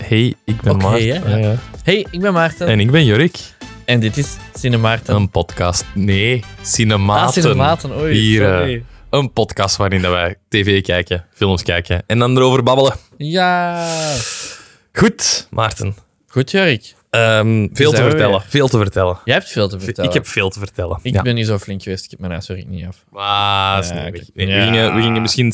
Hey, ik ben Maarten. Ja. Hey, ik ben Maarten. En ik ben Jorik. En dit is Cinemaarten. Een podcast. Nee, Cinematen. Cinematen. Oei, Hier, sorry. een podcast waarin dat wij tv kijken, films kijken en dan erover babbelen. Ja. Goed, Maarten. Goed, Jorik. Veel te Zijn we vertellen. weer? Veel te vertellen. Jij hebt veel te vertellen. Ik heb veel te vertellen. Ik ben niet zo flink geweest. Ik heb mijn huiswerk niet af. Maar Ja, nee, oké. we gingen misschien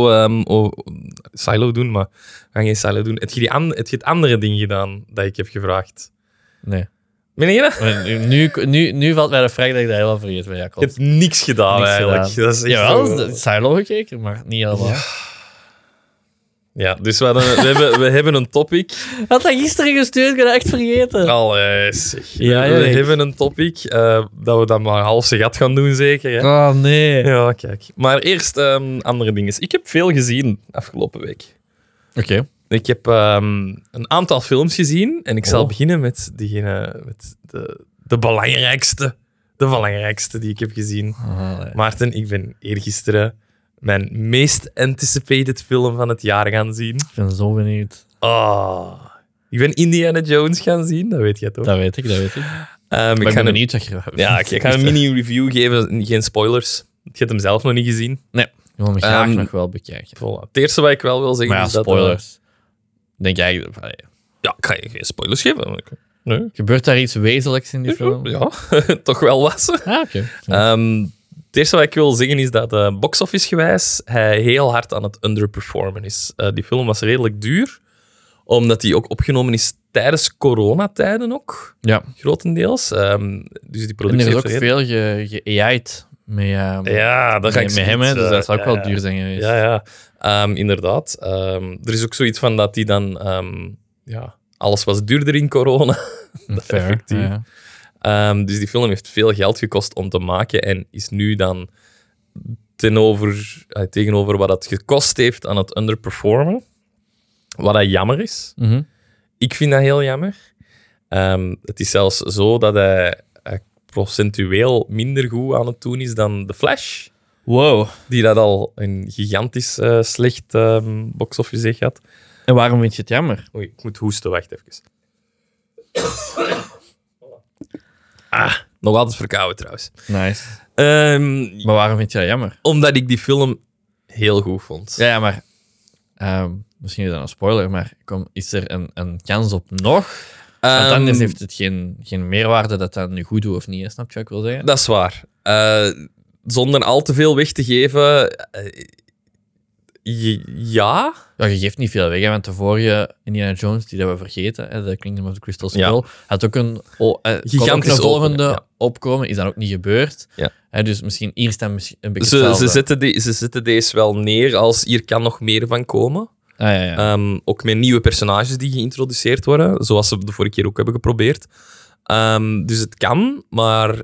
silo doen, maar we gaan geen silo doen. Heb je het andere ding gedaan dat ik heb gevraagd? Nee. Ben je dat? Maar nu valt mij de vraag dat ik dat helemaal vergeten ben. Ja, Je klopt. hebt niks gedaan Niks eigenlijk. gedaan. Dat is echt Jawel, zo- dat is Silo gekeken, maar niet helemaal. Ja, dus we hebben een topic. Had dat gisteren gestuurd, ik heb dat echt vergeten. Allee, zeg. Ja, we Jorik. hebben een topic dat we dan maar halfse gat gaan doen, zeker. Hè? Oh, nee. Ja, kijk. Maar eerst andere dingen. Ik heb veel gezien afgelopen week. Oké. Ik heb een aantal films gezien en ik zal Oh. beginnen met degene met de belangrijkste. De belangrijkste die ik heb gezien. Maarten, ik ben eergisteren mijn meest anticipated film van het jaar gaan zien. Ik ben zo benieuwd. Ik ben Indiana Jones gaan zien, dat weet je toch? Dat weet ik. Ik Maar ik ga ben een, benieuwd wat je ja, ik ga een mini-review geven, geen spoilers. Je hebt hem zelf nog niet gezien. Nee, ik wil hem graag Ehm, nog wel bekijken. Voilà. Het eerste wat ik wel wil zeggen Maar ja, is dat... spoilers. Denk jij... ja, ik ga je geen spoilers geven. Nee. Gebeurt daar iets wezenlijks in die film? Ja, toch wel was. Ah, oké. Het eerste wat ik wil zeggen is dat box-office gewijs hij heel hard aan het underperformen is. Die film was redelijk duur, omdat die ook opgenomen is tijdens coronatijden ook, Ja. grotendeels. Dus die En er productie is ook heeft veel ge-AI'd met, Ja, dat ga ik met hem, hè, dus dat zou ook ja, wel duur zijn geweest. Ja. Inderdaad. Er is ook zoiets van dat die dan... alles was duurder in corona. Fair. effectief. Ja. Dus die film heeft veel geld gekost om te maken en is nu dan tegenover wat het gekost heeft aan het underperformen. Wat dat jammer is. Mhm. Ik vind dat heel jammer. Het is zelfs zo dat hij procentueel minder goed aan het doen is dan The Flash, Wow. die dat al een gigantisch slecht box-office heeft gehad. En waarom vind je het jammer? Oei, ik moet hoesten, wacht even. Nog altijd verkouden trouwens. Nice. Maar Maar waarom vind je dat jammer? omdat ik die film heel goed vond. Ja, maar... misschien is dat een spoiler, maar is er een kans op nog? Want anders heeft het geen meerwaarde dat dat nu goed doet of niet. Hè? Snap je wat ik wil zeggen? Dat is waar. Zonder al te veel weg te geven... ja... Ja, je geeft niet veel weg, hè, want de vorige Indiana Jones, die dat we vergeten, hè, de Kingdom of the Crystal Skull, had ook een Gigantische volgende opening, ja. opkomen. Is dat ook niet gebeurd? Ja. Hè, dus misschien hier is dat een beetje Ze hetzelfde. zetten deze wel neer als hier kan nog meer van komen. Ja. Ook met nieuwe personages die geïntroduceerd worden, zoals ze de vorige keer ook hebben geprobeerd. Dus het kan, maar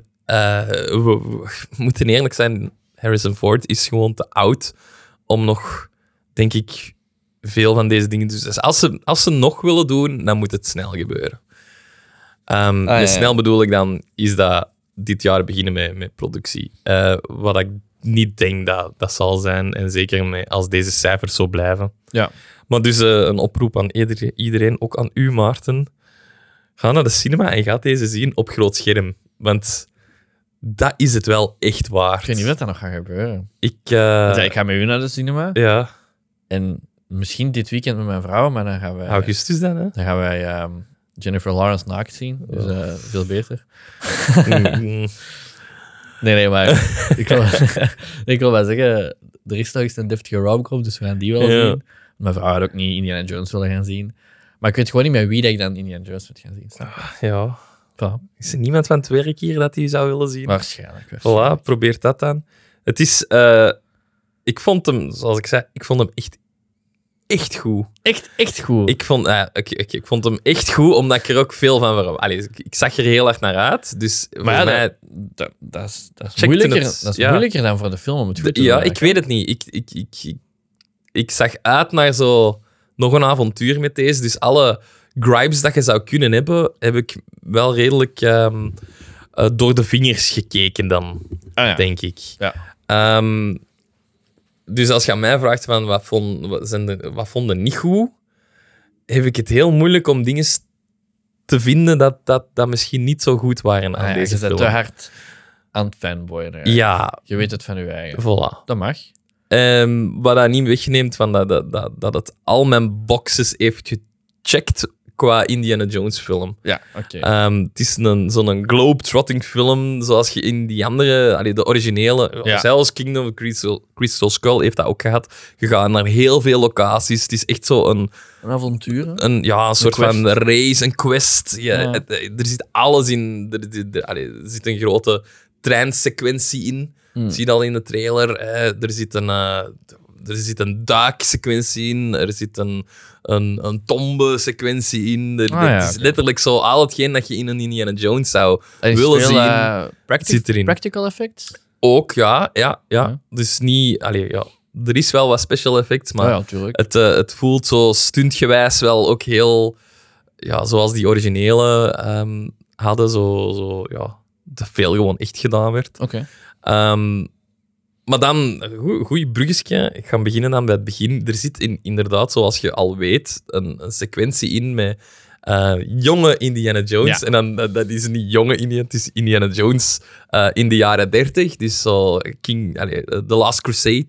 we moeten eerlijk zijn, Harrison Ford is gewoon te oud om nog, denk ik, veel van deze dingen te doen. Dus als ze nog willen doen, dan moet het snel gebeuren. Met snel bedoel ik dan, is dat dit jaar beginnen met productie. Wat ik niet denk dat zal zijn, en zeker als deze cijfers zo blijven. Ja. Maar dus een oproep aan iedereen, ook aan u, Maarten. Ga naar de cinema en ga deze zien op groot scherm. Want dat is het wel echt waard. Ik weet niet wat er nog gaat gebeuren. Ik ga met u naar de cinema. ja, En misschien dit weekend met mijn vrouw, maar dan gaan wij... augustus dan, hè? Dan gaan wij Jennifer Lawrence naakt zien. Dus veel beter. Mm. Nee, maar ik wil wel zeggen, er is nog eens een deftige rom-com, dus we gaan die wel zien. Mijn vrouw had ook niet Indiana Jones willen gaan zien. Maar ik weet gewoon niet met wie dat ik dan Indiana Jones moet gaan zien. Snap je? Ja. Voilà. Is er niemand van het werk hier dat die zou willen zien? Waarschijnlijk. Voilà, probeer dat dan. Het is... ik vond hem, zoals ik zei, echt goed. Echt goed. Ik vond hem echt goed, omdat ik er ook veel van waarom. Ik zag er heel erg naar uit. Dus maar voor ja, mij... dat is Checkte moeilijker, het, dat is ja. moeilijker dan voor de film om het goed te doen. Ja, ik eigenlijk. weet het niet. Ik zag uit naar zo nog een avontuur met deze. Dus alle gripes dat je zou kunnen hebben, heb ik wel redelijk door de vingers gekeken dan, denk ik. Ja. Dus als je aan mij vraagt van wat vonden niet goed, heb ik het heel moeilijk om dingen te vinden dat misschien niet zo goed waren aan deze je film. bent te hard aan het fanboyen. Hè. Ja, Je weet het van je eigen. voilà. Dat mag. Wat dat niet wegneemt van dat het al mijn boxes heeft gecheckt qua Indiana Jones film. Ja, oké. Het is zo'n globe-trotting film, zoals je in die andere, de originele, Ja. zelfs Kingdom of Crystal Skull heeft dat ook gehad. Je gaat naar heel veel locaties. Het is echt zo een avontuur. Hè? een soort quest. van race, een quest. Ja, Ja. er zit alles in. Er zit een grote treinsequentie in. Zie je dat al in de trailer. Er zit een duiksequentie in. Er zit een tombe-sequentie in. Het is letterlijk zo al hetgeen dat je in een Indiana Jones zou willen zien. Zit erin. Practical effects? Ook, ja. Dus niet... er is wel wat special effects, maar natuurlijk. het voelt zo stuntgewijs wel ook heel... Ja, zoals die originele hadden, dat veel gewoon echt gedaan werd. Oké. Maar dan, goed bruggetje. Ik ga beginnen dan bij het begin. Er zit inderdaad, zoals je al weet, een sequentie in met jonge Indiana Jones. Ja. En dan, dat is niet jonge Indiana, het is Indiana Jones in de jaren 30. Dus zo The Last Crusade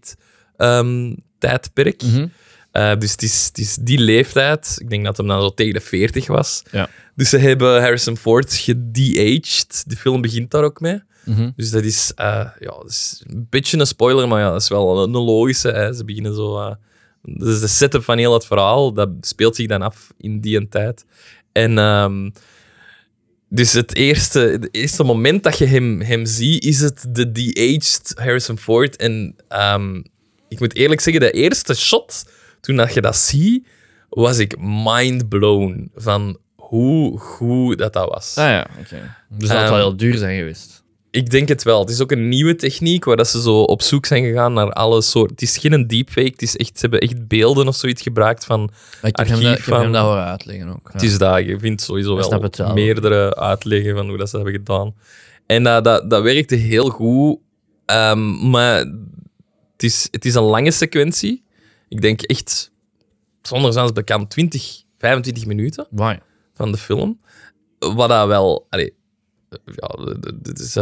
tijdperk. Dus het is die leeftijd. Ik denk dat hem dan zo tegen de 40 was. Ja. Dus ze hebben Harrison Ford de-aged. De film begint daar ook mee. Dus dat is, dat is een beetje een spoiler, maar ja, dat is wel een logische. Hè. Ze beginnen zo... dat is de setup van heel het verhaal. Dat speelt zich dan af in die tijd. En dus het eerste moment dat je hem ziet, is het de de-aged Harrison Ford. En ik moet eerlijk zeggen, de eerste shot, toen dat je dat ziet, was ik mind blown van hoe goed dat was. Ah ja, oké. Dus dat zal wel heel duur zijn geweest. Ik denk het wel. Het is ook een nieuwe techniek waar dat ze zo op zoek zijn gegaan naar alle soorten. Het is geen deepfake, het is echt, ze hebben echt beelden of zoiets gebruikt van Ik heb hem dat horen uitleggen ook. Ja. Het is dat, je vindt sowieso wel meerdere uitleggen van hoe dat ze hebben gedaan. En dat werkte heel goed, maar het is een lange sequentie. Ik denk echt, zonder zelfs bekend, 25 minuten van de film. Wat dat wel... dit is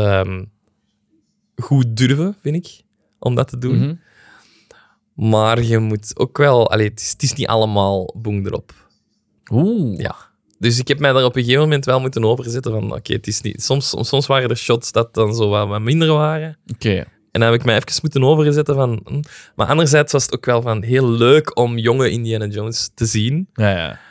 goed durven, vind ik, om dat te doen. Maar je moet ook wel... het is niet allemaal boem erop. Oeh. Ja. Dus ik heb mij daar op een gegeven moment wel moeten overzetten van... Oké, het is niet... Soms waren er shots dat dan zo wat minder waren. Oké. En dan heb ik mij even moeten overzetten van... Maar anderzijds was het ook wel van heel leuk om jonge Indiana Jones te zien. Ja.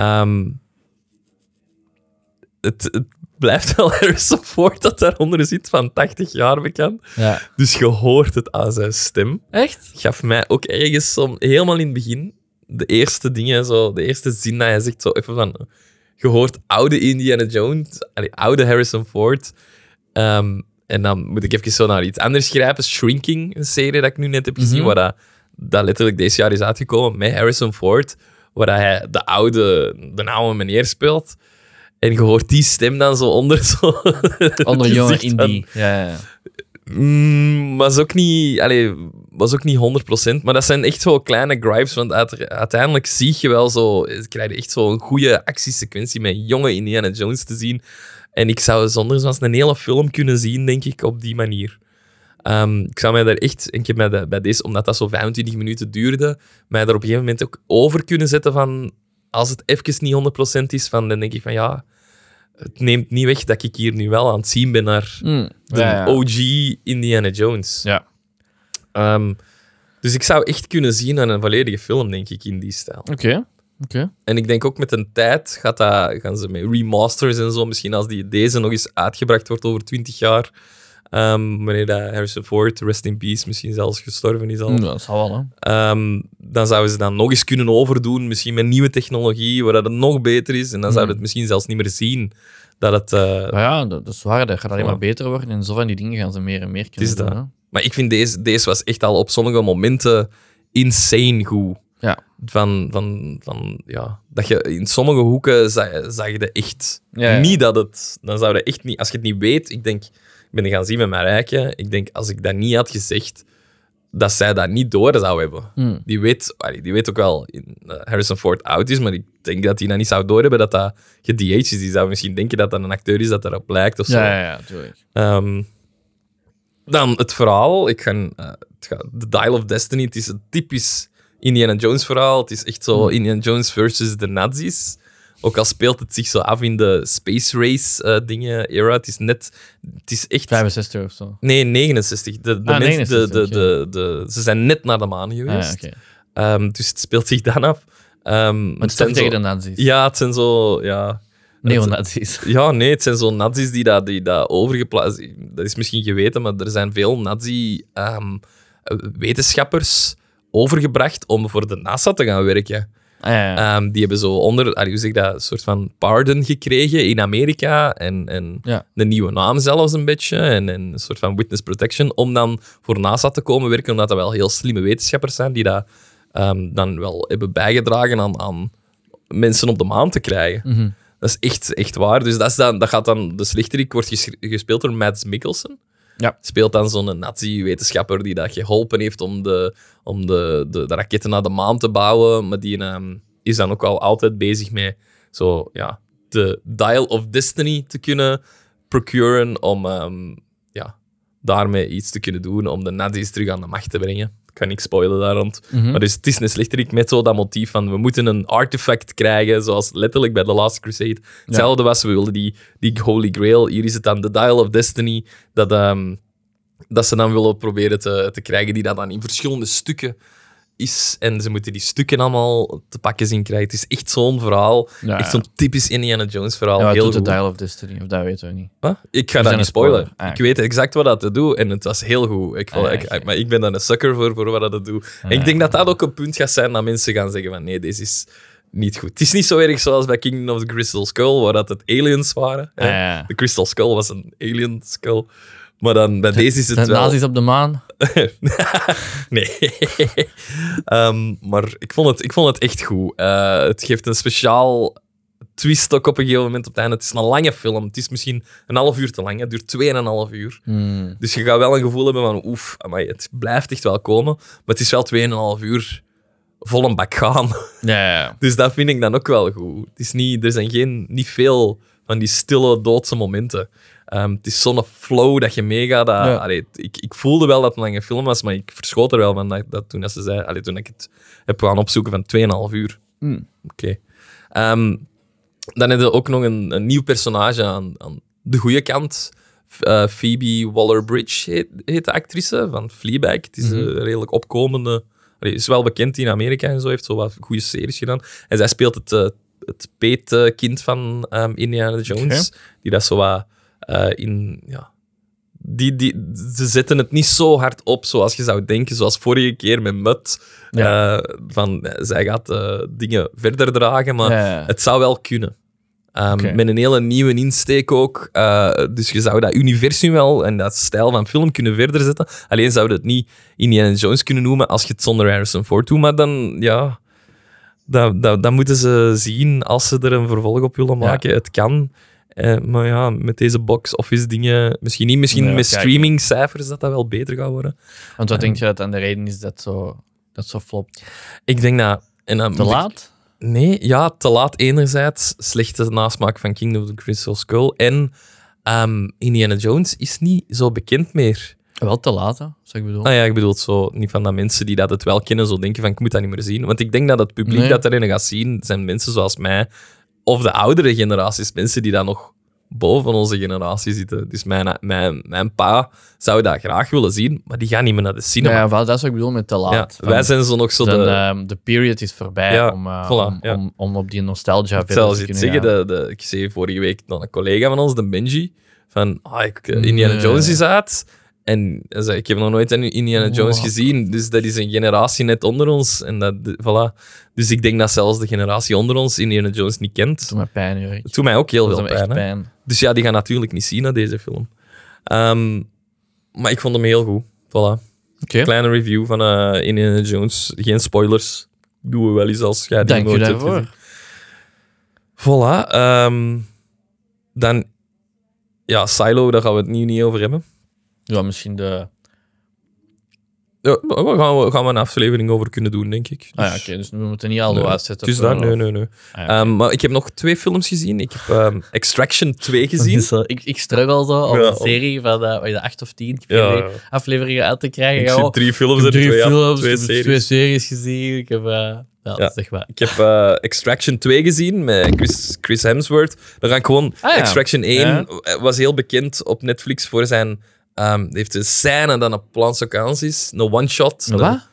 Het blijft wel Harrison Ford dat daaronder zit, van 80 jaar bekend. Ja. Dus je hoort het aan zijn stem. Echt? Gaf mij ook ergens helemaal in het begin, de eerste dingen, de eerste zin dat hij zegt, zo even van... Je hoort oude Indiana Jones, oude Harrison Ford. En dan moet ik even zo naar iets anders grijpen. Shrinking, een serie dat ik nu net heb gezien, waar dat letterlijk deze jaar is uitgekomen, met Harrison Ford, waar hij de oude meneer speelt. En je hoort die stem dan zo onder Onder jonge indie. Ja. Was ook niet 100%. Maar dat zijn echt zo kleine gripes. Want uiteindelijk zie je wel zo... krijg je echt zo een goede actiesequentie met jonge Indiana Jones te zien. En ik zou zonder zoals een hele film kunnen zien, denk ik, op die manier. Ik zou mij daar echt... Ik heb mij bij deze, omdat dat zo 25 minuten duurde, mij daar op een gegeven moment ook over kunnen zetten van... Als het even niet 100% is, dan denk ik van ja... Het neemt niet weg dat ik hier nu wel aan het zien ben naar de OG Indiana Jones. Ja. Dus ik zou echt kunnen zien aan een volledige film, denk ik, in die stijl. Oké. En ik denk ook met een tijd gaan ze met remasters en zo, misschien als deze nog eens uitgebracht wordt over 20 jaar, wanneer dat Harrison Ford, rest in peace, misschien zelfs gestorven is al. Dat zal wel, hè. Dan zouden ze dat nog eens kunnen overdoen, misschien met nieuwe technologie, waar dat het nog beter is. En dan zouden we het misschien zelfs niet meer zien. Dat het... dat is waar. Dat gaat alleen maar beter worden. En zo van die dingen gaan ze meer en meer kunnen doen. Hè? Maar ik vind deze was echt al op sommige momenten insane goed. Ja. Dat je in sommige hoeken zag je dat echt. Ja. Niet dat het... Dan zou je echt niet... Als je het niet weet, ik ben gaan zien met mijn rijke. Ik denk, als ik dat niet had gezegd, dat zij dat niet door zou hebben. Die weet ook wel Harrison Ford oud is, maar ik denk dat hij dat niet zou doorhebben dat dat ge-DH is. Die zou misschien denken dat dat een acteur is dat erop lijkt of zo. Ja, tuurlijk. Dan het verhaal. The Dial of Destiny. Het is een typisch Indiana Jones verhaal. Het is echt zo Indiana Jones versus de Nazis. Ook al speelt het zich zo af in de space race dingen era. Het is echt... 65 of zo. Nee, 69. Ze zijn net naar de maan geweest. Okay. Dus het speelt zich dan af. Maar het is toch tegen de nazi's? Ja, het zijn zo... Ja, neonazi's. Ja, nee, het zijn zo nazi's die dat overgeplaatst... Dat is misschien geweten, maar er zijn veel nazi-wetenschappers overgebracht om voor de NASA te gaan werken. Die hebben zo hoe zeg dat, een soort van pardon gekregen in Amerika en een nieuwe naam zelfs een beetje en een soort van witness protection om dan voor NASA te komen werken, omdat dat wel heel slimme wetenschappers zijn die dat dan wel hebben bijgedragen aan mensen op de maan te krijgen. Mm-hmm. Dat is echt waar. Dus dat gaat dan... De slechterik wordt gespeeld door Mads Mikkelsen. Ja. Speelt dan zo'n nazi-wetenschapper die dat geholpen heeft om de raketten naar de maan te bouwen. Maar die is dan ook al altijd bezig met de Dial of Destiny te kunnen procuren om daarmee iets te kunnen doen om de nazis terug aan de macht te brengen. Ik kan niks spoilen daar rond. Mm-hmm. Maar dus het is een slechterik met zo dat motief van we moeten een artefact krijgen, zoals letterlijk bij The Last Crusade. Hetzelfde was, we wilden die Holy Grail. Hier is het dan de Dial of Destiny, dat ze dan willen proberen te krijgen, die dat dan in verschillende stukken is. En ze moeten die stukken allemaal te pakken zien krijgen. Het is echt zo'n verhaal. Echt zo'n typisch Indiana Jones verhaal. Ja, heel doet goed. de Dial of Destiny, of dat weten we niet. Huh? Ik ga dat niet spoilen. Ik weet exact wat dat te doen en het was heel goed. Maar ik ben dan een sucker voor wat dat doet. En ik denk dat dat ook een punt gaat zijn dat mensen gaan zeggen van nee, deze is niet goed. Het is niet zo erg zoals bij Kingdom of the Crystal Skull, waar dat het aliens waren. De Crystal Skull was een alien skull. Maar dan bij deze is het zijn wel... nazi's op de maan? Nee. Maar ik vond het echt goed. Het geeft een speciaal twist ook op een gegeven moment op het einde. Het is een lange film. Het is misschien 1,5 uur te lang. Het duurt 2,5 uur. Dus je gaat wel een gevoel hebben van oef, amai, het blijft echt wel komen. Maar het is wel 2,5 uur vol een bak gaan. Ja. Dus dat vind ik dan ook wel goed. Het is er zijn niet veel van die stille, doodse momenten. Het is zo'n flow dat je meegaat. Ik voelde wel dat het een lange film was, maar ik verschoot er wel van dat toen ze zei, toen ik het heb gaan opzoeken van 2,5 uur. Oké. Dan heb je ook nog een nieuw personage aan de goede kant. Phoebe Waller-Bridge heet de actrice van Fleabag. Het is een redelijk opkomende... is wel bekend in Amerika en zo, heeft zo wat goede series gedaan. En zij speelt het peetkind van Indiana Jones. Okay. Die dat zo wat ze zetten het niet zo hard op zoals je zou denken, zoals vorige keer met Mutt. Zij gaat dingen verder dragen, maar het zou wel kunnen. Met een hele nieuwe insteek ook. Dus je zou dat universum wel en dat stijl van film kunnen verder zetten. Alleen zou het niet Indiana Jones kunnen noemen als je het zonder Harrison Ford doet. Maar dan, dat moeten ze zien als ze er een vervolg op willen maken. Het kan. Maar ja, met deze box-office dingen... Misschien niet. Misschien met streamingcijfers dat wel beter gaat worden. Want wat denk je dat aan de reden is dat zo flopt? Ik denk dat... Te laat? Nee, te laat enerzijds. Slechte nasmaak van Kingdom of the Crystal Skull. En Indiana Jones is niet zo bekend meer. Wel te laat, hè? Zou ik bedoelen. Ik bedoel het zo niet van dat mensen die dat het wel kennen, zo denken van ik moet dat niet meer zien. Want ik denk dat het publiek dat erin gaat zien, zijn mensen zoals mij... Of de oudere generaties, mensen die dan nog boven onze generatie zitten. Dus mijn pa zou dat graag willen zien, maar die gaan niet meer naar de cinema. Ja, dat is wat ik bedoel met te laat. Wij zijn zo nog zo de period is voorbij om op die nostalgia verder te kunnen gaan. Ik zei vorige week nog een collega van ons, de Benji, van Indiana Jones is uit. En hij zei, ik heb nog nooit Indiana Jones gezien, dus dat is een generatie net onder ons. En voilà. Dus ik denk dat zelfs de generatie onder ons Indiana Jones niet kent. Het doet mij pijn, Erik. Het doet mij ook heel veel pijn. Dus die gaan natuurlijk niet zien naar deze film. Maar ik vond hem heel goed. Voilà. Kleine review van Indiana Jones. Geen spoilers. Doen we wel eens als jij die nooit hebt gezien. Voilà. Dan... Silo, daar gaan we het nu niet over hebben. Ja, misschien Ja, daar gaan we een aflevering over kunnen doen, denk ik. Ah ja, oké, dus we moeten niet al Nee, uitzetten. het is dat, nee. Ah, ja, oké. Maar ik heb nog 2 films gezien. Ik heb Extraction 2 gezien. Dus, ik struggle zo op Ja, een serie van 8 of 10 Ja. afleveringen uit te krijgen. Ik Ja, zie 3 films ik en heb 2 films, ik heb series. 2 series gezien. Ik heb... Ja. zeg maar. Ik heb Extraction 2 gezien met Chris Hemsworth. Dan ga ik gewoon... Ah, ja. Extraction 1 Ja. was heel bekend op Netflix voor zijn... hij heeft een scène dat een plan sequence is. Een one-shot. Een wat?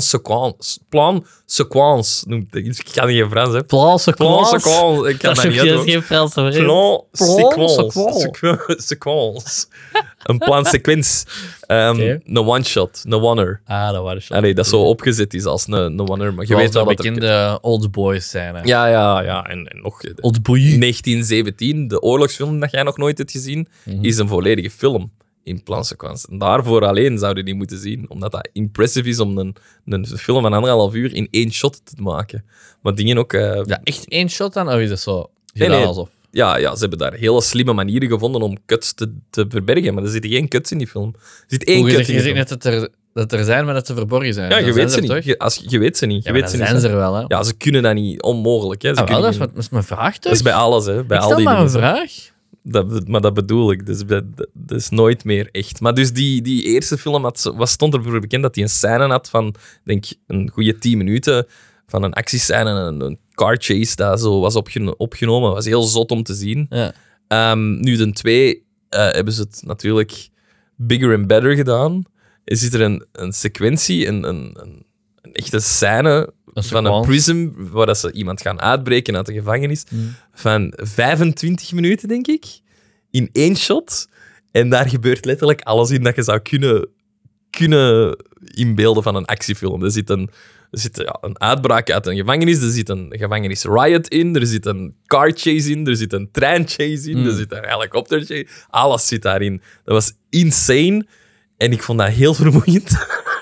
Plan sequence noemt het. Ik kan niet in Frans, hè. Plan sequence. Ik kan dat niet uit. geen Frans woord. Plan sequence. sequence. Een plan sequence. Oké. Een one-shot. Een oneer. Ah, dat was het. Allee, dat zo opgezet is als een oneer. Maar je weet wel dat wat er... bekende Old Boys scène. Ja. En nog... Old Boy. 1917, de oorlogsfilm dat jij nog nooit hebt gezien, is een volledige film in plansequence. En daarvoor alleen zouden die moeten zien, omdat dat impressive is om een film van 1,5 uur in 1 shot te maken. Maar dingen ook... Ja, echt 1 shot dan? Of is dat zo Nee, gedaan nee. alsof? Ja, ze hebben daar hele slimme manieren gevonden om cuts te verbergen, maar er zitten geen cuts in die film. Er zit 1 Hoe cut je in die zegt film. net dat er zijn, maar dat ze verborgen zijn. Ja, Dan je zijn weet ze er niet. toch? Je weet ze niet. Ja, Je maar weet ze dan niet. zijn ze er wel, hè? Ja, ze kunnen dat niet. Onmogelijk. Hè. Ze Ah, wel, kunnen dat niet- is mijn vraag, toch? dat is bij alles, hè. Bij Ik al stel die maar een dingen. vraag. Maar dat bedoel ik. Dus dat is nooit meer echt. Maar dus die eerste film stond ervoor bekend dat hij een scène had van, denk een goede 10 minuten van een actiescène, een car chase dat zo was opgenomen. Dat was heel zot om te zien. Ja. Nu de 2 hebben ze het natuurlijk bigger and better gedaan. Er zit er een sequentie, een echte scène van een sequence. prism waar dat ze iemand gaan uitbreken uit de gevangenis van 25 minuten, denk ik, in 1 shot. En daar gebeurt letterlijk alles in dat je zou kunnen inbeelden van een actiefilm. Er zit een uitbraak uit een gevangenis, er zit een gevangenis riot in, er zit een car chase in, er zit een trein chase in, er zit een helikopter chase. Alles zit daarin. Dat was insane. En ik vond dat heel vermoeiend.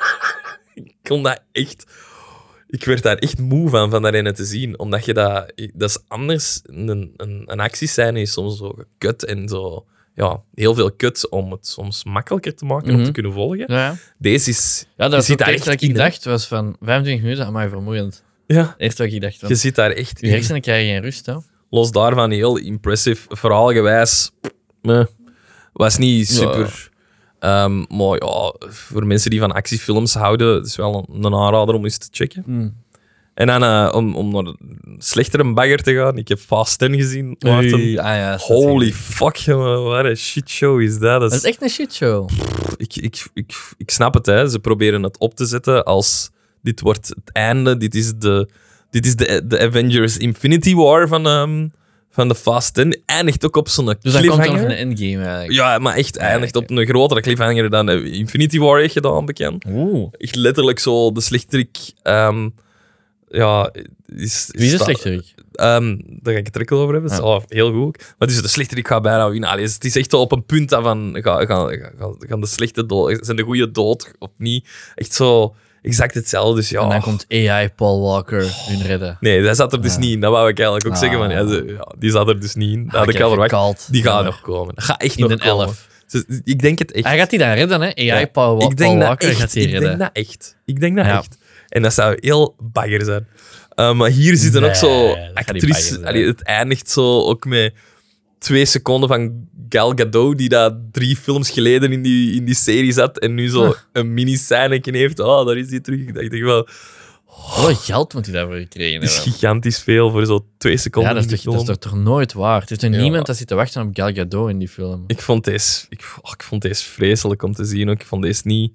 Ik werd daar echt moe van daarin te zien. Omdat je dat is anders. Een actiescène is soms zo gekut en zo... Ja, heel veel cut om het soms makkelijker te maken om te kunnen volgen. Ja. Deze is... Ja, je dat is zit ook daar echt wat echt ik in, hè. dacht, was van 25 minuten, amai, vermoeiend. Ja, Eerst wat ik dacht. je Want zit daar echt je in. hersenen krijgen geen rust, hè. Los daarvan heel impressive. Verhaalgewijs was niet super. Maar ja, voor mensen die van actiefilms houden, het is wel een aanrader om eens te checken. En dan om naar een slechtere bagger te gaan. Ik heb Fast 10 gezien. Maarten. ja, Holy fuck, jongen, wat een shitshow is dat. Dat is echt een shitshow. Ik snap het, hè. Ze proberen het op te zetten als dit wordt het einde. Dit is de Avengers Infinity War van de Fast 10. Eindigt ook op zo'n Dus dan komt er cliffhanger. nog een endgame eigenlijk. Ja, maar echt eindigt oké. op een grotere cliffhanger dan Infinity War heeft gedaan, bekend. Oeh. Echt letterlijk zo de slechterik... ja, Wie is de slechterik? Daar ga ik het er ook wel over hebben. Dat is heel goed. Maar dus de slechterik gaat bijna winnen. Allee, het is echt zo op een punt van... Gaan de slechte dood... Zijn de goede dood of niet? Echt zo... Exact hetzelfde. Dus ja... En dan komt AI Paul Walker hun redden. Nee, dat zat er dus niet in. Dat wou ik eigenlijk ook zeggen. Maar die zat er dus niet in. Dat had ik al verwacht. Gekald. Die gaat Ja, nog komen. Dat gaat echt in nog de komen. 11. Dus ik denk het echt. Hij gaat die dan redden, hè? AI Ja. Paul Ik denk dat Walker echt. gaat die Ik redden. denk dat echt. Ik denk dat Ja. echt. En dat zou heel bagger zijn. Maar hier zitten ook zo Nee, dat gaat niet bagger actrices. zijn. Allee, het eindigt zo ook met 2 seconden van Gal Gadot, die dat 3 films geleden in die serie zat en nu zo een mini-scène heeft. Oh, daar is hij terug. Ik dacht wel, Hoeveel geld moet hij daarvoor gekregen het is hebben? gigantisch veel voor zo 2 seconden Ja, dat in is, die toch, film. dat is toch nooit waar? Er is toch Ja. niemand dat zit te wachten op Gal Gadot in die film? Ik vond deze vreselijk om te zien. Ook. Ik vond deze niet...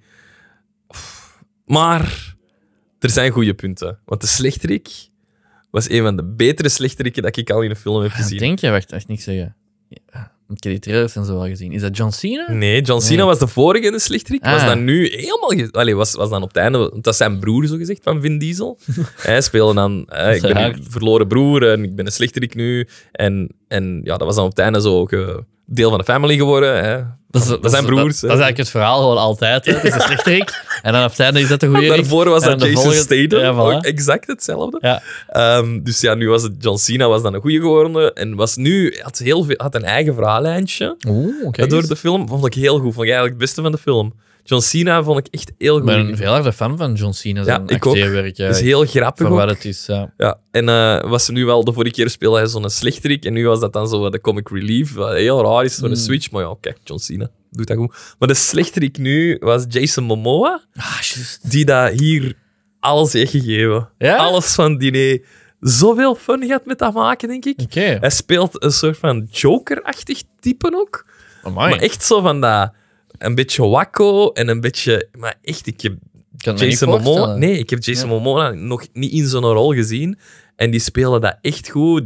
Maar er zijn goede punten. Want de slechterik was een van de betere slechteriken dat ik al in een film heb gezien. Denk je? Wacht, echt niks zeggen. Ja, ik heb die trailers en zo al gezien. Is dat John Cena? Nee, John Cena Nee. was de vorige in de slechterik. Was Ah. dan nu helemaal... was dan op het einde... Want dat is zijn broer, zo gezegd, van Vin Diesel. Hij speelde dan... ik ben hard. een verloren broer en ik ben een slechterik nu. En ja, dat was dan op het einde zo deel van de family geworden. Hè. Dat zijn broers. Dat is eigenlijk het verhaal gewoon altijd. Hè. Het is een slechterik. En dan op het einde is dat de goede. Daarvoor was En dat de Jason volgende- Statham. Ja, voilà. Ook exact hetzelfde. Ja. Dus ja, nu was het John Cena was dan een goeie geworden. En had een eigen verhaallijntje Oeh, oké. door de film. Vond ik heel goed. Vond ik eigenlijk het beste van de film. John Cena vond ik echt heel Ik goed. ben een veel harde fan van John Cena, zijn ik ook. acteerwerk. Het is heel grappig voor ook. wat het is. Ja. Ja, en was ze nu wel, de vorige keer speelde hij zo'n slechterik en nu was dat dan zo de comic relief, wat heel raar is voor een switch. Maar ja, kijk, John Cena doet dat goed. Maar de slechterik nu was Jason Momoa, Juist. die dat hier alles heeft gegeven. Ja? Alles van die zoveel fun gaat met dat maken, denk ik. Oké. Hij speelt een soort van Joker-achtig type ook. Amai. Maar echt zo van dat, een beetje wacko en een beetje, maar echt, ik heb Ik kan het me niet Jason Momoa, voorstellen. nee, ik heb Jason Momoa nog niet in zo'n rol gezien. En die spelen dat echt goed.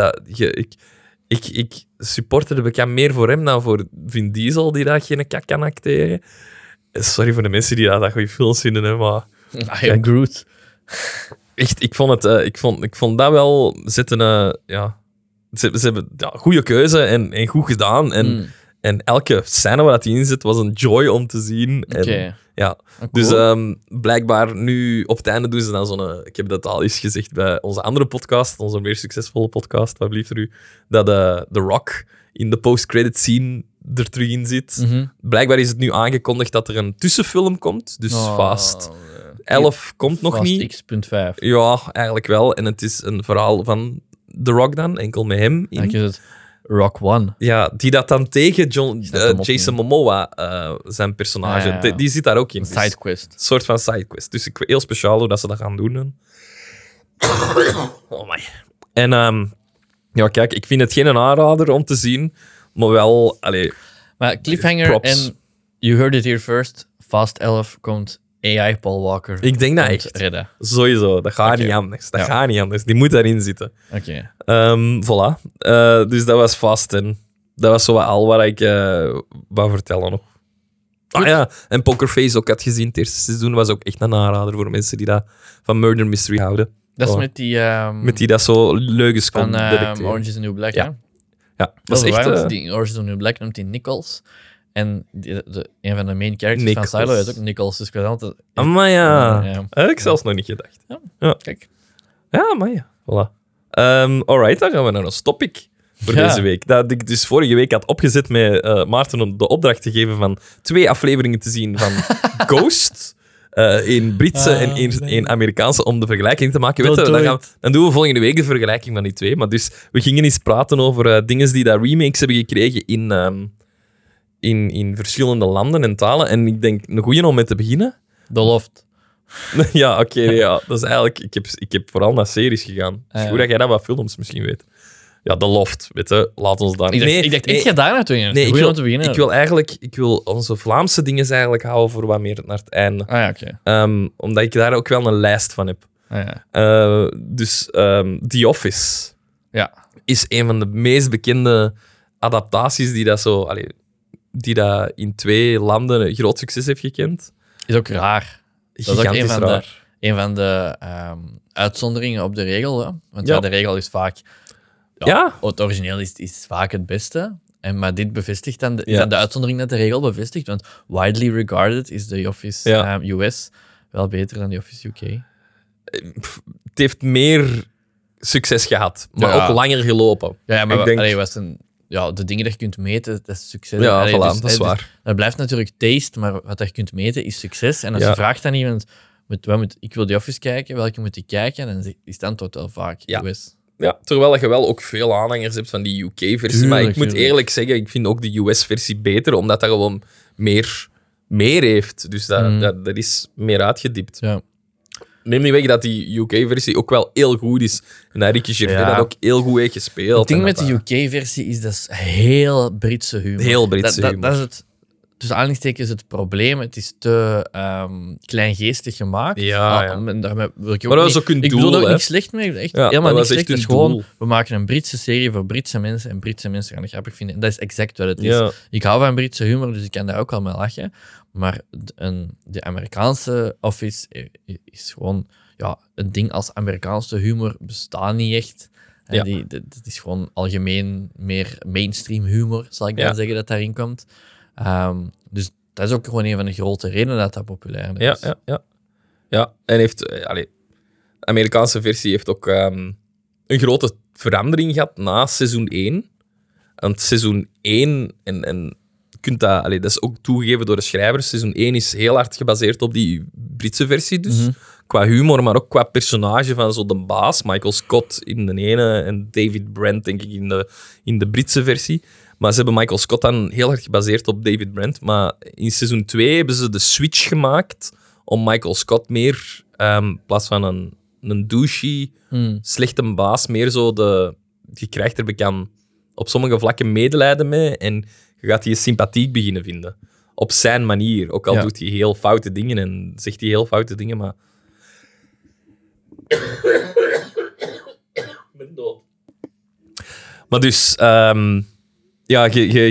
Ik supporter de bekend meer voor hem dan voor Vin Diesel, die dat geen kak kan acteren. Sorry voor de mensen die dat goede films vinden, hè, maar I am Groot. echt, ik vond dat wel zitten. Ze hebben goede keuze en goed gedaan. En elke scène waar dat in zit was een joy om te zien. En, Oké. ja. Cool. Dus blijkbaar nu op het einde doen ze dan zo'n... Ik heb dat al eens gezegd bij onze andere podcast, onze meer succesvolle podcast, wat blieft er u, dat The Rock in de post-credit scene er terug in zit. Blijkbaar is het nu aangekondigd dat er een tussenfilm komt, dus Fast 11 komt nog Fast niet. X.5. Ja, eigenlijk wel. En het is een verhaal van The Rock dan, enkel met hem in. Dan is het Rock One. Ja, die dat dan tegen snap hem ook Jason niet. Momoa, zijn personage, Ja. die zit daar ook in. Dus Sidequest. een soort van sidequest. Dus ik vind heel speciaal hoe dat ze dat gaan doen. Dan. Oh my. En ja, kijk, ik vind het geen aanrader om te zien, maar wel... Allee, Maar cliffhanger Props. en you heard it here first. Fast 11 komt AI Paul Walker. ik denk dat komt echt. redden. Sowieso, dat gaat Oké. niet anders. Dat Ja. gaat niet anders. Die moet daarin zitten. Oké. Voilà. Dus dat was vast. En dat was zo wat al wat ik wou vertellen nog. Ah ja, en Pokerface ook had gezien. Het eerste seizoen was ook echt een aanrader voor mensen die dat van Murder Mystery houden. Dat is Oh. met die... Met die dat zo leugens kon van detecteren. Orange is the New Black, Ja. hè? Ja, Dat is echt... echt... Die Orange is the New Black noemt hij Nichols. En een van de main characters Nichols. van Silo heet ook Nichols. Dus ik was altijd... Maar ja, Ja. heb ik zelfs nog niet gedacht. Kijk. Ja, maar ja. Voilà. Alright, dan gaan we naar ons topic voor Ja. deze week. Dat ik dus vorige week had opgezet met Maarten om de opdracht te geven van 2 afleveringen te zien van Ghost. 1 Britse en 1 Amerikaanse, om de vergelijking te maken. Weet je, Don't do dan doen we volgende week de vergelijking van die 2. Maar dus, we gingen eens praten over dingen die dat remakes hebben gekregen in verschillende landen en talen. En ik denk, een goeie om mee te beginnen. The Loft. Ja, oké, ja. Dat is eigenlijk... Ik heb vooral naar series gegaan. Het is Ja. goed dat jij dat wat films misschien weet. Ja, The Loft, weet je. Laat ons daar... Ik dacht echt, ga daar naartoe gaan. Nee, Goeie om te beginnen. ik wil onze Vlaamse dingen eigenlijk houden voor wat meer naar het einde. Ah ja, oké. Omdat ik daar ook wel een lijst van heb. Ah, ja. Dus The Office Ja. is een van de meest bekende adaptaties die dat zo... die dat in 2 landen een groot succes heeft gekend. Is ook raar. Dat is ook Gigantisch raar. een van de uitzonderingen op de regel. Hè? Want Ja. ja, de regel is vaak... Ja. Het origineel is vaak het beste. Maar dit bevestigt dan is Ja. dan de uitzondering dat de regel bevestigt. Want widely regarded is The Office Ja. US wel beter dan The Office UK. Het heeft meer succes gehad, maar Ja. ook langer gelopen. Ja, maar Ik denk- de dingen die je kunt meten, dat is succes. Ja, Allee, voilà, dus, dat is dus waar. dat blijft natuurlijk taste, maar wat je kunt meten is succes. En als Ja. je vraagt aan iemand, ik wil The Office kijken, welke moet ik kijken? Dan is het antwoord wel vaak Ja. US. Ja, terwijl je wel ook veel aanhangers hebt van die UK-versie. Maar ik moet Tuurlijk. eerlijk zeggen, ik vind ook de US-versie beter, omdat dat gewoon meer heeft. Dus dat is meer uitgediept. Ja. Neem niet weg dat die UK-versie ook wel heel goed is. En dat Ricky Gervais Ja. dat ook heel goed heeft gespeeld. Het ding En met dat de UK-versie is dat is heel Britse humor. Heel Britse humor. Dat is het, tussen aanhalingstekens het probleem. Het is te kleingeestig gemaakt. Ja, ja. En daarmee wil ik ook Maar dat was niet- ook een ik doel, bedoel er ook hè? niks slecht mee. Echt Ja, helemaal dat niks was echt slecht. Het is een gewoon, doel. we maken een Britse serie voor Britse mensen en Britse mensen gaan het grappig vinden. En dat is exact wat het is. Ja. Ik hou van Britse humor, dus ik kan daar ook wel mee lachen. Maar de Amerikaanse Office is gewoon... Ja, een ding als Amerikaanse humor bestaat niet echt. Ja. Het is gewoon algemeen meer mainstream humor, zal ik dan Ja. zeggen, dat daarin komt. Dus dat is ook gewoon een van de grote redenen dat dat populair is. Ja, en heeft... de Amerikaanse versie heeft ook een grote verandering gehad na seizoen 1. Want seizoen 1 en kunt dat... dat is ook toegegeven door de schrijvers. Seizoen 1 is heel hard gebaseerd op die Britse versie. Dus qua humor, maar ook qua personage van zo de baas. Michael Scott in de ene en David Brent, denk ik, in de Britse versie. Maar ze hebben Michael Scott dan heel hard gebaseerd op David Brent. Maar in seizoen 2 hebben ze de switch gemaakt om Michael Scott meer, in plaats van een douchey, slechte baas, meer zo je krijgt er bekend op sommige vlakken medelijden mee en je gaat die sympathiek beginnen vinden. Op zijn manier. Ook al doet hij heel foute dingen en zegt hij heel foute dingen, maar... Ik ben dood. Maar dus... ja,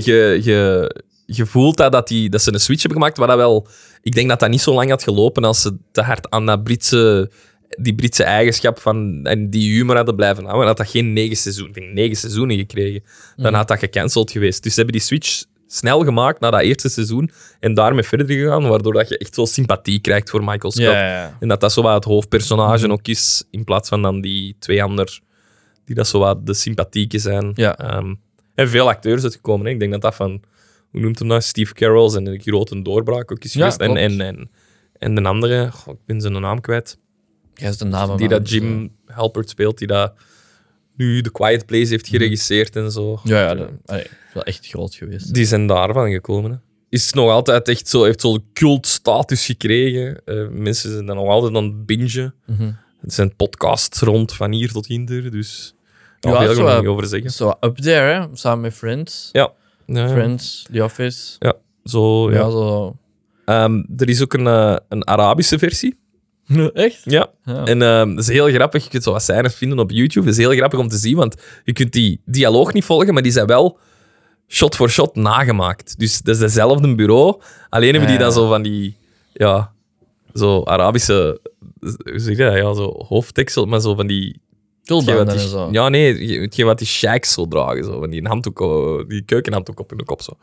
je voelt dat ze een switch hebben gemaakt, maar dat wel... Ik denk dat niet zo lang had gelopen als ze te hard aan die Britse eigenschap van, en die humor hadden blijven houden. Dan had dat geen 9 seizoenen gekregen. Dan had dat gecanceld geweest. Dus ze hebben die switch snel gemaakt na dat eerste seizoen en daarmee verder gegaan, waardoor dat je echt zo sympathie krijgt voor Michael Scott. Ja. En dat zo wat het hoofdpersonage ook is, in plaats van dan die twee anderen die dat zo wat de sympathieke zijn. Ja. En veel acteurs uitgekomen. Hè. Ik denk dat van, hoe noemt hem nou, Steve Carell en een grote doorbraak ook is geweest. En de andere, ik ben zijn naam kwijt. Ja, is de naam die dat Jim Halpert speelt, die dat nu The Quiet Place heeft geregisseerd en zo. Ja, dat is wel echt groot geweest. Die zijn daarvan gekomen. Hè. Is nog altijd echt zo, heeft zo'n cultstatus gekregen. Mensen zijn dan nog altijd aan het bingen. Er zijn podcasts rond van hier tot hinder, dus daar wil ik er nog niet over zeggen. Zo up there, hè? Samen met Friends. Ja. Friends, The Office. Ja, zo. Ja. Zo. Er is ook een Arabische versie. Echt? Ja. En dat is heel grappig. Je kunt zo wat scènes vinden op YouTube. Het is heel grappig om te zien, want je kunt die dialoog niet volgen, maar die zijn wel shot voor shot nagemaakt. Dus dat is hetzelfde bureau. Alleen hebben die dan zo van die... Ja, zo Arabische... Hoe zeg je dat? Ja, zo hoofddeksel, maar zo van die... Tulbanden en zo. Ja, nee. Hetgeen wat die sheiks zo dragen. Zo, van die handdoek, die keukenhanddoek op hun kop. Zo.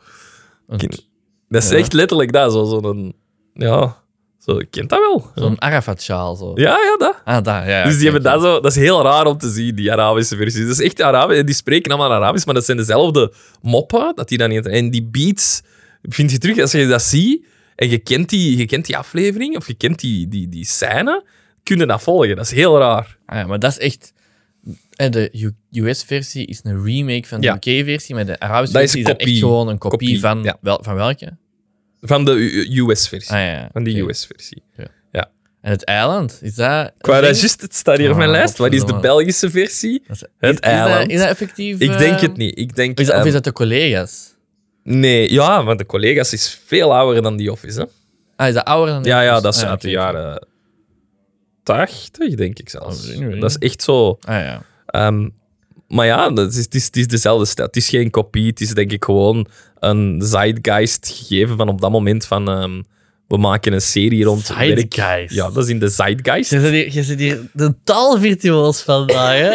Dat is echt letterlijk dat. Zo'n... Ja... Zo, je kent dat wel. Zo'n Arafat-sjaal. Zo. Ja, dat. Ah, dat, ja. Dus die hebben dat zo... Dat is heel raar om te zien, die Arabische versies. Dat is echt Arabisch. Die spreken allemaal Arabisch, maar dat zijn dezelfde moppen. Dat die dan niet... En die beats vind je terug, als je dat ziet, en je kent die aflevering, of je kent die scène, kun je dat volgen. Dat is heel raar. Ah, ja, maar dat is echt... De US-versie is een remake van de UK-versie, maar de Arabische versie is echt gewoon een kopie. Van welke? Van de US-versie. Van de okay. US-versie. Ja. En het eiland, is dat... Het staat hier op mijn lijst. Wat is de Belgische versie? Het eiland. Is dat effectief? Ik denk het niet. Of is dat de collega's? Nee, ja, want de collega's is veel ouder dan die Office. Hè? Is dat ouder dan die Office? Ja, dat is uit de jaren 80, denk ik zelfs. Dat is echt zo... ja. Maar ja, het is dezelfde stijl. Het is geen kopie. Het is denk ik gewoon een zeitgeist gegeven van op dat moment van... we maken een serie rond Zeitgeist. Werk. Ja, dat is in de zeitgeist. Je zit hier de taalvirtuoos vandaag, hè?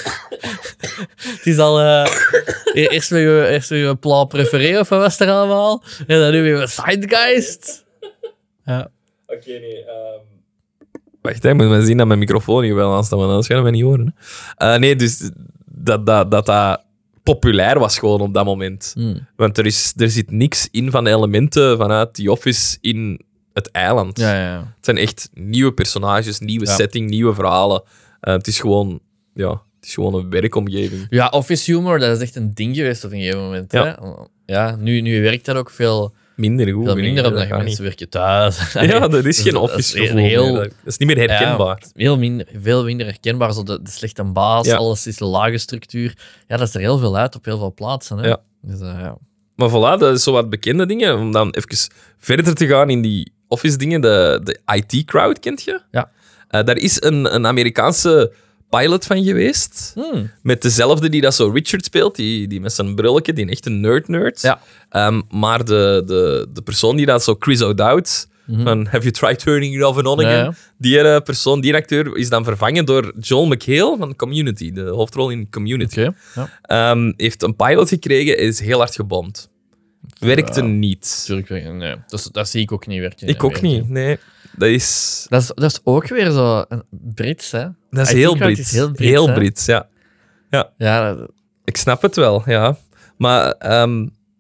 Het is al... eerst weer je plat prefereren of wat was er allemaal? En dan nu weer zeitgeist. Ja. Oké, nee. Wacht, ik moet maar zien dat mijn microfoon hier wel aanstaat, want anders gaan we mij niet horen. Hè. Nee, dus dat populair was gewoon op dat moment. Want er zit niks in van de elementen vanuit The Office in het eiland. Ja. Het zijn echt nieuwe personages, nieuwe setting, nieuwe verhalen. Het is gewoon een werkomgeving. Ja, office humor, dat is echt een ding geweest op een gegeven moment. Ja. Hè? Ja, nu werkt dat ook veel minder goed. Veel minder, omdat je mensen werken thuis. Ja, dat is geen office gevoel meer. Dat is niet meer herkenbaar. Ja, veel minder herkenbaar. Zo de slechte baas, alles is een lage structuur. Ja, dat is er heel veel uit op heel veel plaatsen. Hè? Ja. Dus, Maar voilà, dat is zo wat bekende dingen. Om dan even verder te gaan in die office dingen. De IT-crowd, kent je? Ja. Daar is een Amerikaanse pilot van geweest. Met dezelfde die dat zo Richard speelt, die met zijn brilletje, die echt een nerd. Ja. Maar de persoon die dat zo Chris O'Dowd, van Have You Tried Turning It Off and On Again? Ja. Die acteur is dan vervangen door Joel McHale van Community, de hoofdrol in Community. Okay. Ja. Heeft een pilot gekregen en is heel hard gebomd. Werkte niet. Tuurlijk, nee. Dat zie ik ook niet werken. Ik ook niet, nee. Dat is ook weer zo Brits, hè? Dat is heel Brits. Is heel Brits, heel Brits, ja. Ja. Ik snap het wel, ja. Maar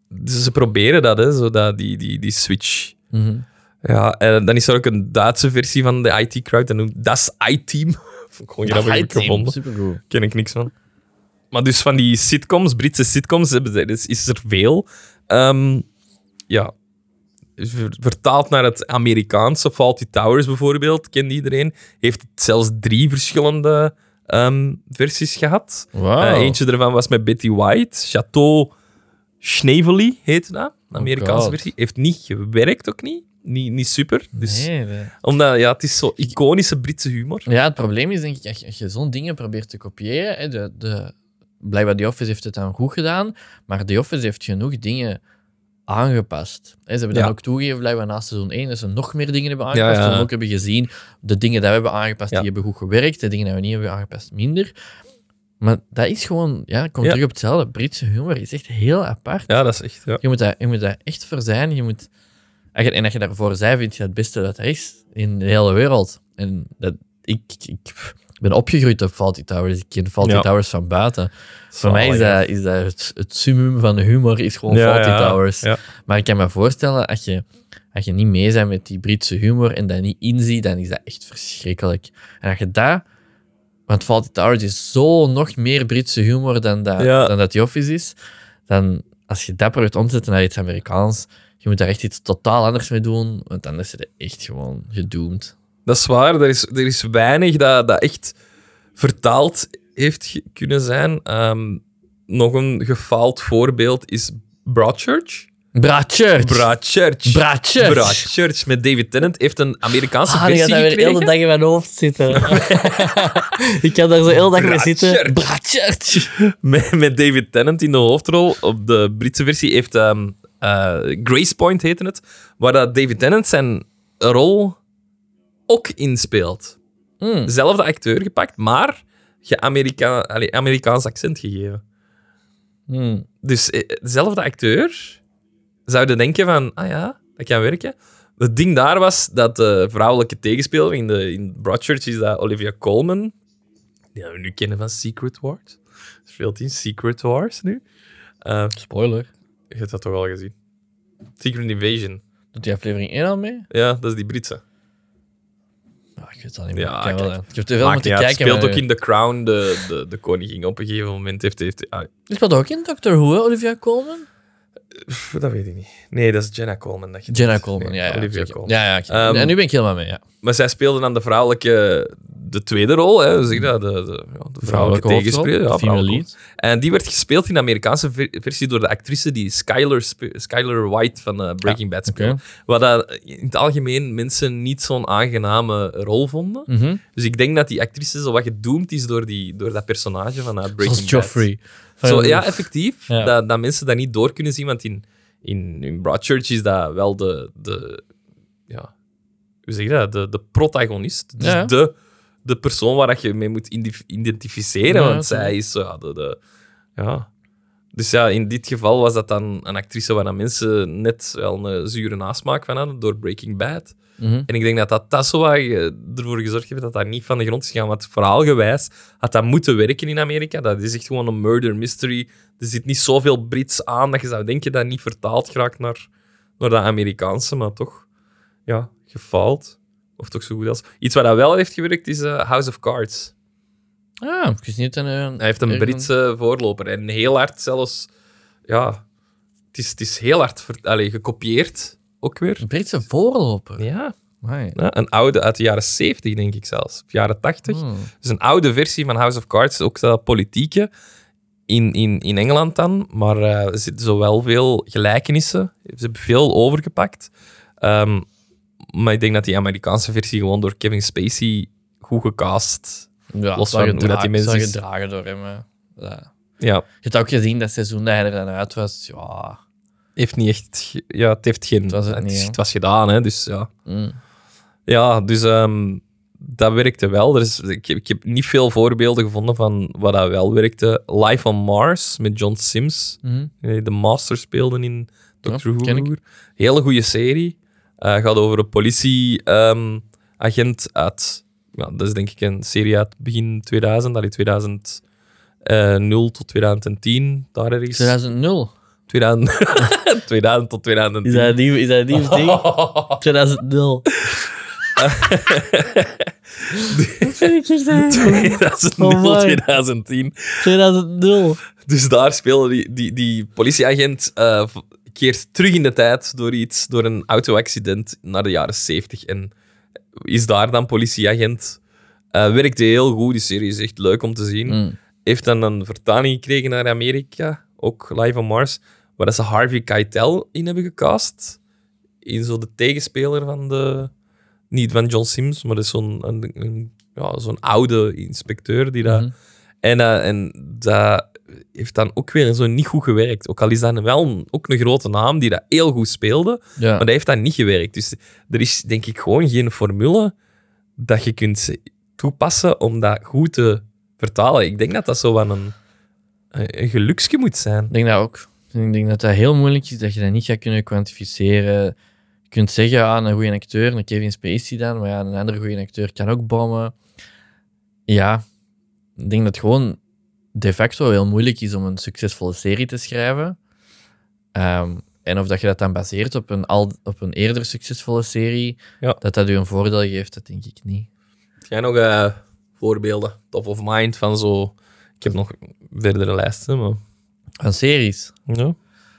Dus ze proberen dat, hè, zo die switch. Ja, en dan is er ook een Duitse versie van de IT-crowd. Dat noemt Das I-Team. Vond ik gewoon grappig heb ik gevonden. Supergoed. Ken ik niks van. Maar dus van die sitcoms, Britse sitcoms, is er veel. Ja. Vertaald naar het Amerikaanse, Fawlty Towers bijvoorbeeld, kent iedereen. Heeft het zelfs 3 verschillende versies gehad. Wow. Eentje ervan was met Betty White. Chateau Snavely heette dat. De Amerikaanse versie. Heeft niet gewerkt, ook niet. Niet super. Dus, Nee. omdat het is zo iconische Britse humor. Ja, het probleem is denk ik, als je zo'n dingen probeert te kopiëren, hè, blijkbaar The Office heeft het dan goed gedaan, maar The Office heeft genoeg dingen aangepast. Hè, ze hebben dan ook toegegeven, blijkbaar na seizoen 1, dat ze nog meer dingen hebben aangepast. Ja. En ook hebben gezien, de dingen die we hebben aangepast, die hebben goed gewerkt. De dingen die we niet hebben aangepast, minder. Maar dat is gewoon, komt terug op hetzelfde. Britse humor is echt heel apart. Ja, dat is echt, Je moet daar echt voor zijn. En als je daarvoor zei, vind je het beste dat er is in de hele wereld. En ik ben opgegroeid op Fawlty Towers. Ik ken Fawlty Towers van buiten. Voor mij is dat het summum van de humor, is gewoon Fawlty Towers. Ja. Maar ik kan me voorstellen, als je niet mee bent met die Britse humor en dat niet inziet, dan is dat echt verschrikkelijk. En als je dat... Want Fawlty Towers is zo nog meer Britse humor dan dat The Office is. Dan, als je dat probeert om te zetten naar iets Amerikaans, je moet daar echt iets totaal anders mee doen, want anders is het echt gewoon gedoemd. Dat is waar. Er is weinig dat echt vertaald heeft kunnen zijn. Nog een gefaald voorbeeld is Broadchurch. Broadchurch met David Tennant heeft een Amerikaanse versie gekregen. Ik ga daar weer de hele dag in mijn hoofd zitten. Ik kan daar zo heel dag mee zitten. Broadchurch. Met David Tennant in de hoofdrol. Op de Britse versie heeft Grace Point heette het, waar dat David Tennant zijn rol ook inspeelt. Dezelfde acteur gepakt, maar Amerikaans accent gegeven. Dus dezelfde acteur zouden denken van, dat kan werken. Het ding daar was dat de vrouwelijke tegenspeler in Broadchurch is dat Olivia Colman, die we nu kennen van Secret Wars. Speelt in Secret Wars nu. Spoiler. Je hebt dat toch al gezien? Secret Invasion. Doet die aflevering 1 al mee? Ja, dat is die Britse. Ik weet het al niet meer. Ja, ik heb te veel moeten kijken. Speelt ook in The Crown de koningin. Op een gegeven moment heeft... Die speelt ook in Doctor Who, Olivia Colman? Dat weet ik niet. Nee, dat is Jenna Coleman. Jenna Coleman, nee, ja. Olivia Colman. Ja. En nu ben ik helemaal mee, ja. Maar zij speelde dan de tweede rol, hè, zeg dat, de vrouwelijke tegenspeler. Ja, female lead. En die werd gespeeld in de Amerikaanse versie door de actrice die Skyler White van Breaking Bad speelde. Okay. Wat dat in het algemeen mensen niet zo'n aangename rol vonden. Mm-hmm. Dus ik denk dat die actrice zo wat gedoemd is door dat personage van Breaking Bad. Zoals Joffrey. Ja, effectief. Ja. Dat mensen dat niet door kunnen zien, want in Broadchurch is dat wel hoe zeg je dat? De protagonist. Dus de persoon waar je mee moet identificeren, want zij is Dus ja, in dit geval was dat dan een actrice waar mensen net wel een zure nasmaak van hadden door Breaking Bad. Mm-hmm. En ik denk dat zo wat ervoor gezorgd heeft dat dat niet van de grond is gegaan. Want verhaalgewijs had dat moeten werken in Amerika. Dat is echt gewoon een murder mystery. Er zit niet zoveel Brits aan dat je zou denken dat niet vertaald geraakt naar dat Amerikaanse, maar toch gefaald. Of toch zo goed als... Iets wat dat wel heeft gewerkt is House of Cards. Ik wist niet. Hij heeft een Britse voorloper. En heel hard zelfs... Ja, het is heel hard gekopieerd. Ook weer. Een Britse voorloper? Ja. Nee. Een oude uit de jaren 70, denk ik zelfs. Of jaren 80. Dus een oude versie van House of Cards. Ook dat politieke. In Engeland dan. Maar er zitten zo wel veel gelijkenissen. Ze hebben veel overgepakt. Maar ik denk dat die Amerikaanse versie gewoon door Kevin Spacey goed gecast. Ja, los van hoe dat die mensen is. gedragen door hem. Ja. Je hebt ook gezien dat seizoen dat hij er dan uit was. Ja. Heeft niet echt... Ja, het heeft geen... Het was gedaan, hè. Dus ja. Ja, dus dat werkte wel. Ik heb niet veel voorbeelden gevonden van wat dat wel werkte. Life on Mars met John Sims. Die de Master speelde in Doctor Who. Hele goede serie. Gaat over een politieagent uit... Ja, dat is denk ik een serie uit begin 2000. 2000 tot 2010. Daar ergens. 2000? 2000 tot 2010. Is dat een nieuw ding? 2000. 2010. 2000. Dus daar speelde die politieagent keert terug in de tijd door een auto-accident naar de jaren 70 en is daar dan politieagent. Werkte heel goed, die serie is echt leuk om te zien. Heeft dan een vertaling gekregen naar Amerika, ook Live on Mars, waar dat ze Harvey Keitel in hebben gecast. In zo de tegenspeler van niet van John Sims, maar dat is zo'n oude inspecteur die dat... En dat heeft dan ook weer zo niet goed gewerkt. Ook al is dat wel ook een grote naam die dat heel goed speelde, maar dat heeft dan niet gewerkt. Dus er is denk ik gewoon geen formule dat je kunt toepassen om dat goed te vertalen. Ik denk dat dat zo wel een geluksje moet zijn. Ik denk dat ook. Ik denk dat dat heel moeilijk is, dat je dat niet gaat kunnen kwantificeren. Je kunt zeggen, een goede acteur, een Kevin Spacey dan, maar een andere goede acteur kan ook bommen. Ja, ik denk dat het gewoon de facto heel moeilijk is om een succesvolle serie te schrijven. En of dat je dat dan baseert op een eerder succesvolle serie, dat je een voordeel geeft, dat denk ik niet. Heb jij nog voorbeelden, top of mind, van zo... Ik heb nog verdere lijsten, maar... Van series? Ja.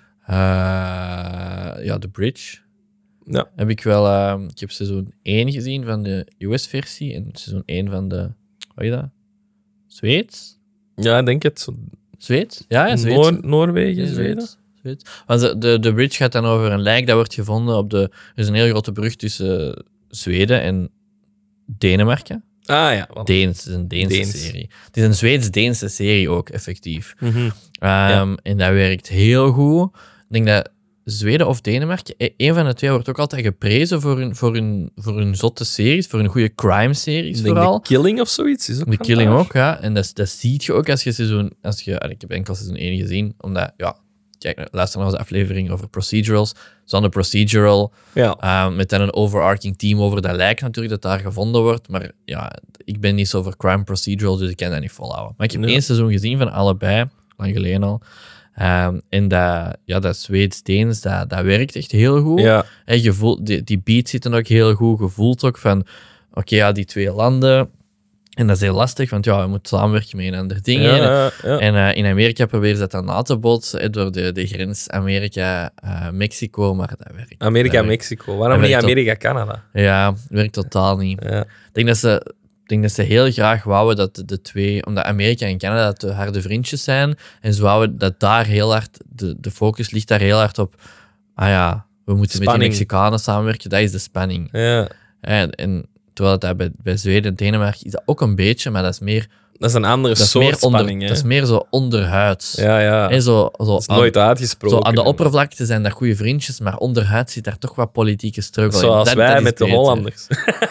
The Bridge. Ja. Heb ik wel... ik heb seizoen 1 gezien van de US-versie en seizoen 1 van de... Wat is dat? Zweeds? Ja, ik denk het. Zweeds? Ja, Zweeds. Noorwegen, Zweden. Want de Bridge gaat dan over een lijk dat wordt gevonden op de... Er is een heel grote brug tussen Zweden en Denemarken. Ah ja. Het is een Deense serie. Het is een Zweeds-Deense serie ook, effectief. En dat werkt heel goed. Ik denk dat Zweden of Denemarken, een van de twee wordt ook altijd geprezen voor hun zotte series, voor hun goede crime-series vooral. De Killing of zoiets is ook De Killing ook, ja. En dat zie je ook als je seizoen... ik heb enkel seizoen 1 gezien, omdat... Kijk, luister naar onze aflevering over procedurals. Zo'n procedural, met dan een overarching team over dat lijk natuurlijk, dat daar gevonden wordt. Maar ja, ik ben niet zo voor crime procedural, dus ik kan dat niet volhouden. Maar ik heb 1 seizoen gezien van allebei, lang geleden al. En dat Zweeds-Deens, dat werkt echt heel goed. Ja. En je voelt, die beats zitten ook heel goed. Je voelt ook van, die twee landen... En dat is heel lastig, want je moet samenwerken met een ander ding. En in Amerika proberen ze dat dan na te botsen door de grens Amerika-Mexico, maar dat werkt. Amerika-Mexico. Waarom niet Amerika-Canada? Ja, werkt totaal niet. Ja. Ik denk dat ze heel graag wouden dat de twee... Omdat Amerika en Canada de harde vriendjes zijn, en ze wouden dat daar heel hard... De focus ligt daar heel hard op... we moeten met die Mexicanen samenwerken, dat is de spanning. Ja. En terwijl dat bij Zweden en Denemarken is dat ook een beetje, maar dat is meer... Dat is een andere soort spanning. Dat is meer zo onderhuids. Ja. En zo dat is nooit uitgesproken. Zo aan de oppervlakte zijn dat goede vriendjes, maar onderhuid zit daar toch wat politieke struggle in. Zoals wij met de Hollanders.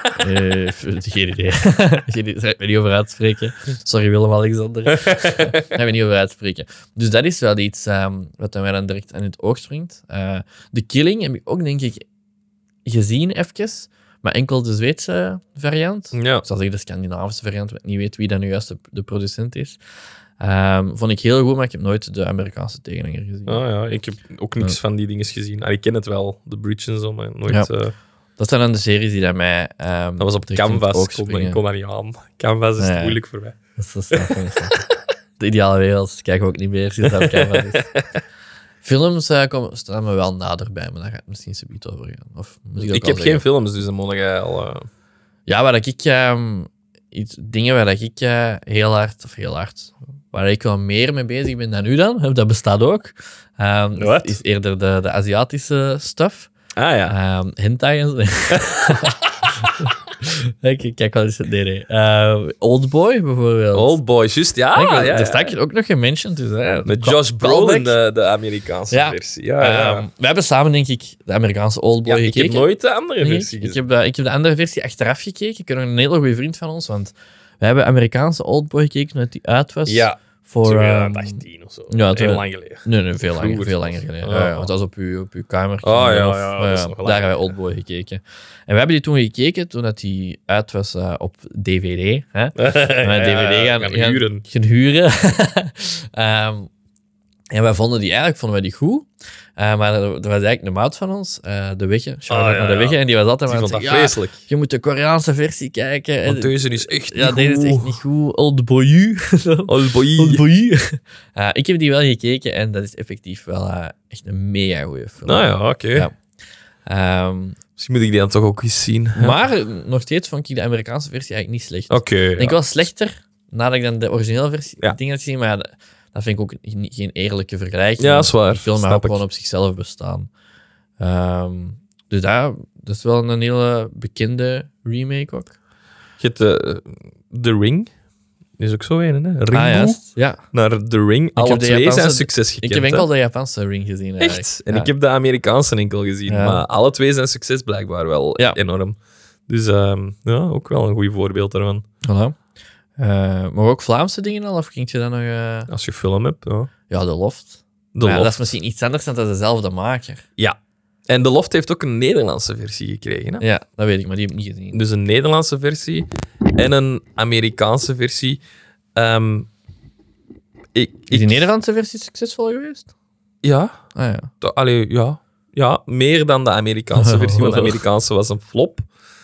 Geen idee. Daar ga ik me niet over uitspreken. Sorry, Willem-Alexander. Daar ga ik me niet over uitspreken. Dus dat is wel iets wat mij dan direct aan het oog springt. The Killing heb ik ook, denk ik, gezien even... Maar enkel de Zweedse variant. Ja. Ik zal zeggen de Scandinavische variant, want ik niet weet wie dan nu juist de producent is. Vond ik heel goed, maar ik heb nooit de Amerikaanse tegenhanger gezien. Ik heb ook niks van die dingen gezien. Ik ken het wel, de Bridge en zo, maar nooit... Dat zijn dan de series die dat mij... dat was op Canvas, ik kon dat niet aan. Canvas is moeilijk voor mij. Dat is de ideale wereld, kijken we ook niet meer sinds dat op Canvas is. Films staan me wel naderbij, maar daar gaat het misschien zoiets over gaan. Of ik heb geen films, dus dan moet ik al... Ja, waar ik... dingen waar ik heel hard... Waar ik wel meer mee bezig ben dan u dan, dat bestaat ook. Is eerder de Aziatische stuff. Ah ja. Hentai en zo. Kijk wel eens... Nee. Oldboy, bijvoorbeeld. Oldboy, juist, ja. Daar sta ik ook nog gementiond. Dus, met Josh Brolin, de Amerikaanse versie. Ja. We hebben samen, denk ik, de Amerikaanse Oldboy gekeken. Ik heb nooit de andere versie gezien. Ik heb de andere versie achteraf gekeken. Ik heb nog een hele goede vriend van ons, want we hebben Amerikaanse Oldboy gekeken toen die uit was. Ja. Voor 2018 of zo. Ja, heel lang geleden. Nee, veel langer geleden. Want dat was op uw kamer. Daar hebben wij Oldboy gekeken. En we hebben die toen gekeken toen die uit was op DVD. Hè? DVD gaan huren. En wij vonden die goed. Maar er was eigenlijk een maat van ons, De Wegge. Shout-out naar De Wegge. En die was altijd Die maar vond dat zeggen, vreselijk. je moet de Koreaanse versie kijken. Want deze is echt Ja, niet deze goed. is echt niet goed. Old Boy. Old boy. Old Boy. Ik heb die wel gekeken en dat is effectief wel echt een mega goede film. Nou ja, oké. Ja. Misschien moet ik die dan toch ook eens zien. Ja. Maar nog steeds vond ik de Amerikaanse versie eigenlijk niet slecht. Oké. Ik denk wel slechter nadat ik dan de originele versie Ja. dingen had gezien, maar ja, dat vind ik ook geen eerlijke vergelijking. Ja, dat is waar. Die film Snap mag ook ik. gewoon op zichzelf bestaan. Dus dat is wel een hele bekende remake ook. Je hebt The Ring. Die is ook zo een, hè? Ringu Juist. Ja. naar The Ring. Alle de twee Japanse- zijn succes gekend. Ik heb hè? enkel de Japanse ring gezien. Eigenlijk. Echt? En Ja. ik heb de Amerikaanse enkel gezien. Ja. Maar alle twee zijn succes blijkbaar wel Ja. enorm. Dus ja, ook wel een goed voorbeeld daarvan. Voilà. Maar ook Vlaamse dingen al? Of ging je dan nog... Als je film hebt, ja. Ja, De Loft. De Maar ja, Loft. dat is misschien iets anders dan dat dezelfde maker. Ja. En The Loft heeft ook een Nederlandse versie gekregen. Hè? Ja, dat weet ik, maar die heb ik niet gezien. Dus een Nederlandse versie en een Amerikaanse versie. Is die Nederlandse versie succesvol geweest? Ja. Ah ja. Allee, ja. Ja, meer dan de Amerikaanse versie, want de Amerikaanse was een flop.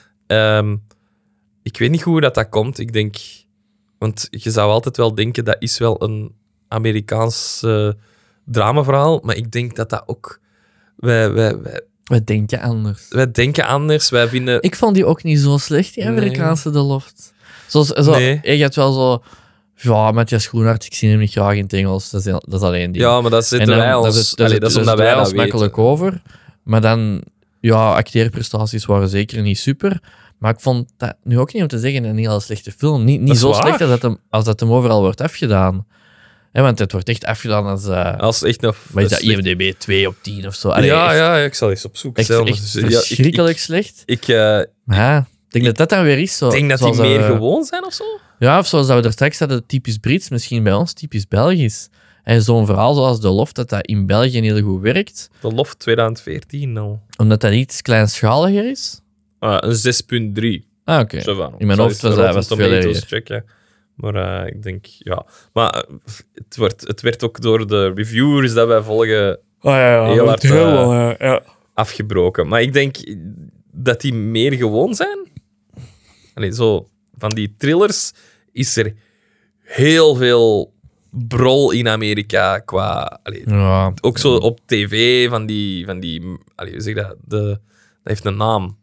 Ik weet niet hoe dat komt. Ik denk... Want je zou altijd wel denken, dat is wel een Amerikaans dramaverhaal, maar ik denk dat dat ook... We denken anders. Wij denken anders, wij vinden... Ik vond die ook niet zo slecht, die Amerikaanse The Loft. Nee. Je hebt wel zo... Ja, Matthias Groenhart, ik zie hem niet graag in het Engels. Dat is alleen die. Ja, maar dat zitten wij ons... Dat is omdat wij dat makkelijk weten. over. Maar dan... Ja, acteerprestaties waren zeker niet super. Maar ik vond dat nu ook niet om te zeggen een hele slechte film. Niet is zo waar. slecht als dat hem overal wordt afgedaan. Want het wordt echt afgedaan als... Als echt nog... wat is dat, IMDb 2 op 10 of zo? Allee, Ja, echt, ik zal eens op zoek echt, stellen. echt Dus, ja, verschrikkelijk slecht. Ik Maar ja, ik denk dat dat dan weer is. Zo, denk dat die zoals meer we- gewoon zijn of zo. Ja, of zoals dat we er straks hadden, typisch Brits, misschien bij ons typisch Belgisch. En zo'n verhaal zoals De Loft, dat in België heel goed werkt, De Loft 2014 al. omdat dat iets kleinschaliger is. Een 6,3. Ah, oké. Zo van. In mijn hoofd was het veel erger. checken. Maar ik denk, ja. Maar het werd ook door de reviewers dat wij volgen heel hard afgebroken. Maar ik denk dat die meer gewoon zijn. Allee, zo, van die thrillers is er heel veel brol in Amerika qua... Allee, Ja. ook zo op tv van die allee, hoe zeg dat? Dat heeft een naam.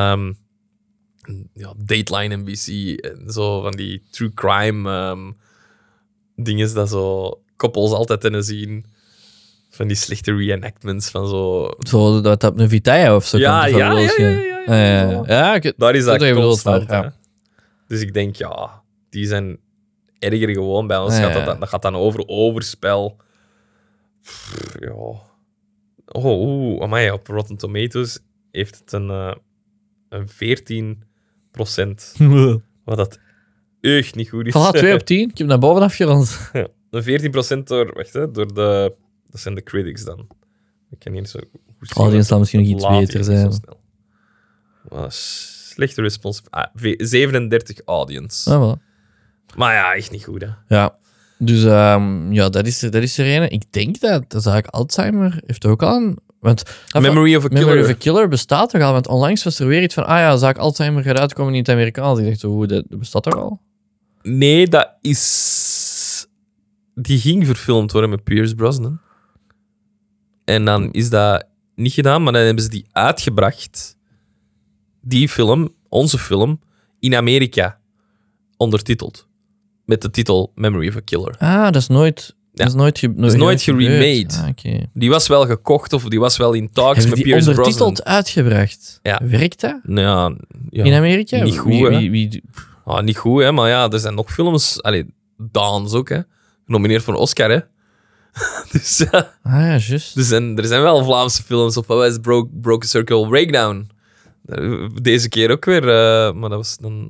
Ja, Dateline NBC en zo van die true crime dingen dat zo koppels altijd kunnen zien. Van die slechte reenactments van zo. Zo dat op een Vitaya of zo. Ja, komt, of ja, wat ja, bedoel ja, je? ja, ja, ja. Ja, ik- Daar is dat dat je bedoelt, constant. maar, hè. ja. Dus ik denk, ja, die zijn erger gewoon. Bij ons Ja, gaat ja. dat gaat dan over overspel. Ja. Amai, op Rotten Tomatoes heeft het een 14%. Wat dat echt niet goed is. Voilà, 2 op 10. Ik heb naar boven afgerond. Ja, een 14% door, wacht, hè, door de... Dat zijn de critics dan. Ik kan niet zo goed zien. Die zal misschien nog iets Laat hier beter niet zijn. zo snel. Slechte respons. 37 audience. Ah, voilà. Maar ja, echt niet goed, hè. Ja. Dus ja, dat is er een. Ik denk dat eigenlijk Alzheimer heeft ook al een... Want, Memory of a Killer. Memory of a Killer bestaat toch al? Want onlangs was er weer iets van, zaak Alzheimer gaat uitkomen in het Amerikaans. Ik dacht, hoe, dat bestaat toch al? Nee, dat is... Die ging verfilmd worden met Pierce Brosnan. En dan is dat niet gedaan, maar dan hebben ze die uitgebracht. Die film, onze film, in Amerika. Ondertiteld. Met de titel Memory of a Killer. Dat is nooit... Ja. Dat is nooit, nooit geremade. Oké. Die was wel gekocht of die was wel in talks Hebben met die Pierce Brosnan. ondertiteld uitgebracht? Ja. Werkt dat? Nou, ja. In Amerika? Niet goed, hè? Wie- Niet goed, hè? Maar ja, er zijn nog films. Allee, Dawns ook, hè? Genomineerd voor een Oscar, hè? Dus ja. ja, juist. Er zijn wel Vlaamse films. Of wat was het? Broken Circle Breakdown. Deze keer ook weer. Maar dat was dan...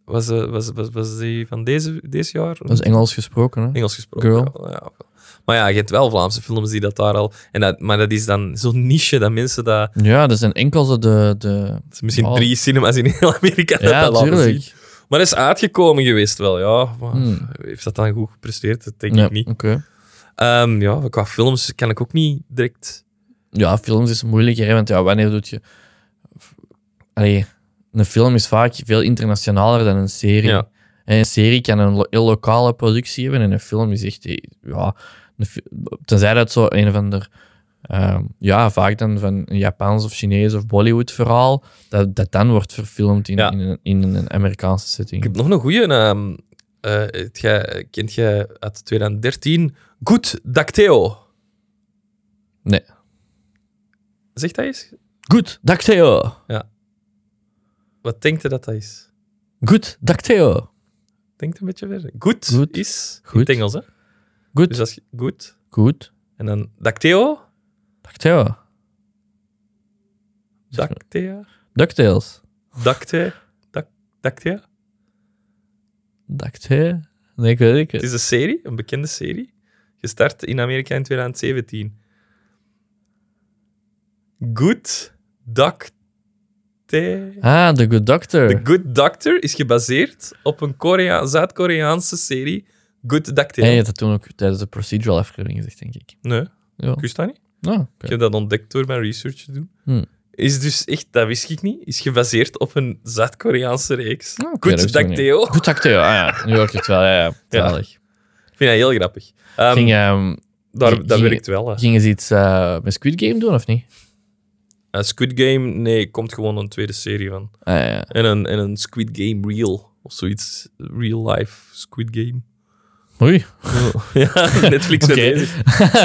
Was die van deze jaar? Dat is Engels gesproken, hè? Engels gesproken. Girl. Ja. Maar ja, je hebt wel Vlaamse films die dat daar al... Maar dat is dan zo'n niche dat mensen dat... Ja, dat zijn enkel zo de... Er zijn misschien Oh. 3 cinemas in heel Amerika dat Ja, dat laten zien. tuurlijk. Maar dat is uitgekomen geweest wel, ja. Maar heeft dat dan goed gepresteerd? Dat denk ik niet. Oké. Qua films kan ik ook niet direct... Ja, films is moeilijker, hè, want wanneer doe je... Allee, een film is vaak veel internationaler dan een serie. Ja. En een serie kan een heel lokale productie hebben en een film is echt... tenzij dat zo een of ander... vaak dan van een Japans of Chinees of Bollywood verhaal, dat dan wordt verfilmd in een Amerikaanse setting. Ik heb nog een goeie. Kent je uit 2013 Good Dacteo? Nee. Zeg dat eens? Goed, Dacteo. Wat denkt je dat is? Goed, Dacteo. Denkt een beetje verder. Goed is Goed. in het Engels, hè? Goed. Dus als je goed. Goed. En dan Dacteo. Dacteo. Dactea. DuckTales. Dactea. Dacteo? Nee, ik weet het Het niet. is een serie, een bekende serie. Gestart in Amerika in 2017. Good Doctor. Ah, The Good Doctor. The Good Doctor is gebaseerd op een Zuid-Koreaanse serie Good Doctor. En je hebt dat toen ook tijdens de procedural aflevering gezegd, denk ik. Nee, Ja. ik wist dat niet. Ah, Ik heb dat ontdekt door mijn research te doen. Hm. Is dus echt, dat wist ik niet, is gebaseerd op een Zuid-Koreaanse reeks. Ah, oké, dat Good wist ik niet. Doctor. Goed Dacteo, nu hoor ik het wel. Ja. Zalig. Ik vind dat heel grappig. Dat werkt wel. Hè. Gingen ze iets met Squid Game doen, of niet? Squid Game, nee, komt gewoon een tweede serie van. Ja. En een Squid Game Real, of zoiets. Real life Squid Game. Oei. Ja, Netflix met Oké. deze.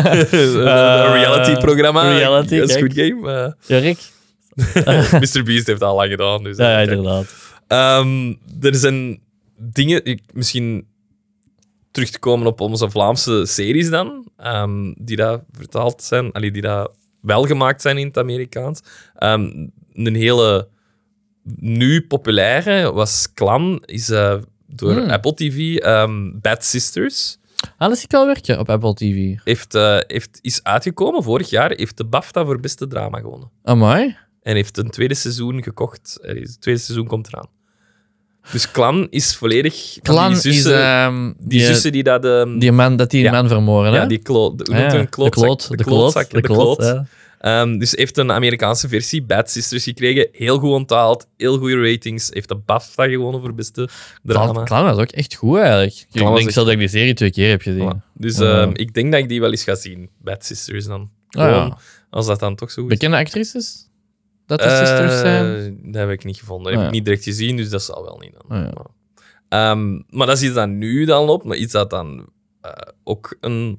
Een reality-programma. Reality, kijk. Squid Game. Ja, Rick? Mr. Beast heeft dat al lang gedaan. Dus Ja, inderdaad. er zijn dingen... Misschien terug te komen op onze Vlaamse series dan, die daar vertaald zijn, die daar wel gemaakt zijn in het Amerikaans. Een hele nu populaire was Clan, is door Apple TV, Bad Sisters. Dat zie ik al werken op Apple TV. Is uitgekomen vorig jaar, heeft de BAFTA voor beste drama gewonnen. Amai. En heeft een tweede seizoen gekocht. Het tweede seizoen komt eraan. Dus Clan is volledig... Clan die zussen, is... die zussen die dat... die man vermoorden, hè? Ja, die kloot. Hoe noemt het? Een klootzak? De kloot. Ja. Dus heeft een Amerikaanse versie, Bad Sisters, gekregen. Heel goed onthaald, heel goede ratings. Heeft de BAFTA gewonnen voor beste drama. Clan was ook echt goed, eigenlijk. Clan was Ik denk echt zelfs dat ik die serie 2 keer heb gezien. Voilà. Dus ik denk dat ik die wel eens ga zien. Bad Sisters dan. Gewoon, als dat dan toch zo goed is. Bekende actrices? Dat de sisters zijn? Dat heb ik niet gevonden. Dat heb ik niet direct gezien, dus dat zal wel niet dan. Ja. Maar dat is iets dat nu dan loopt, maar iets dat dan ook een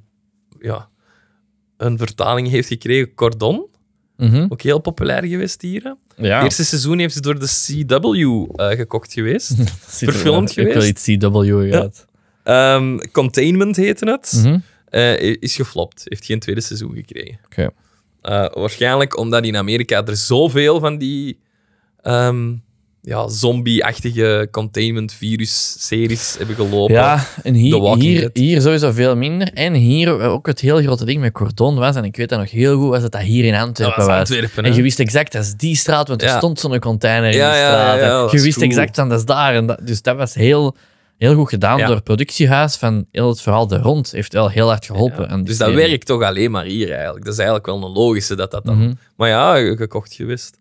vertaling heeft gekregen. Cordon, ook heel populair geweest hier. Hè. Ja. Het eerste seizoen heeft ze door de CW gekocht geweest. Verfilmd geweest. Ik wil iets CW gaat. Containment heette het. Is geflopt. Heeft geen tweede seizoen gekregen. Oké. Waarschijnlijk omdat in Amerika er zoveel van die zombie-achtige containment-virus-series hebben gelopen. Ja, en The Walking Dead. hier sowieso veel minder. En hier ook het heel grote ding met Cordon was, en ik weet dat nog heel goed, was dat hier in Antwerpen Dat was was. Antwerpen, En hè? je wist exact, dat is die straat, want er stond zo'n container in die Ja, straat. dat Je is wist cool. exact, dat is daar. En dus dat was heel goed gedaan door het productiehuis van heel het verhaal er rond. Heeft wel heel hard geholpen. aan die Dus dat serie. werkt toch alleen maar hier eigenlijk. Dat is eigenlijk wel een logische dat dan... Maar ja, gekocht geweest.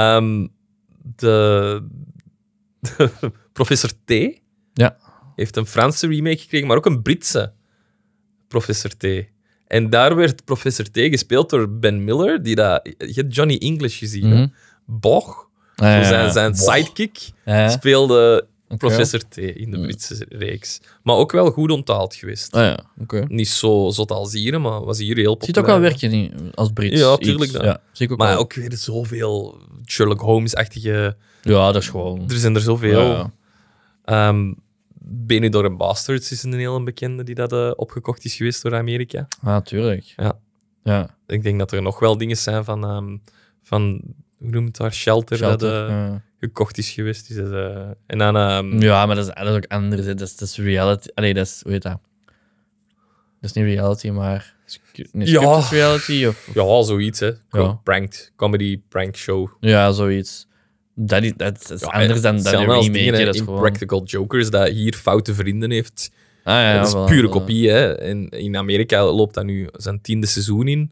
De Professor T heeft een Franse remake gekregen, maar ook een Britse Professor T. En daar werd Professor T gespeeld door Ben Miller, die dat... Je hebt Johnny English gezien, hè? Bog, zijn sidekick, speelde Professor T in de Britse reeks. Maar ook wel goed onthaald geweest. Niet zo zot als hier, maar was hier heel populair. Ziet ook wel werken als Brits. Ja, tuurlijk. Ja, zie ik ook maar wel. ook weer zoveel Sherlock Holmes-achtige... Ja, dat is gewoon... Er zijn er zoveel. Ja. Benidorm Bastards is een heel bekende die dat opgekocht is geweest door Amerika. Ah, tuurlijk. Ja. Ik denk dat er nog wel dingen zijn van hoe noemt het daar? Shelter dat gekocht is geweest. Dus en dan... ja, maar dat is ook anders. Hè. Dat is reality. Allee, dat is... Hoe heet dat? Dat is niet reality, maar... Scripted reality? Of... Ja, zoiets, hè. Ja. Comedy prank show. Ja, zoiets. Dat is anders dan de remake. Dat is gewoon... Practical Jokers, dat hier foute vrienden heeft Dat is voilà, pure voilà. kopie. Hè. In Amerika loopt dat nu zijn 10e seizoen in.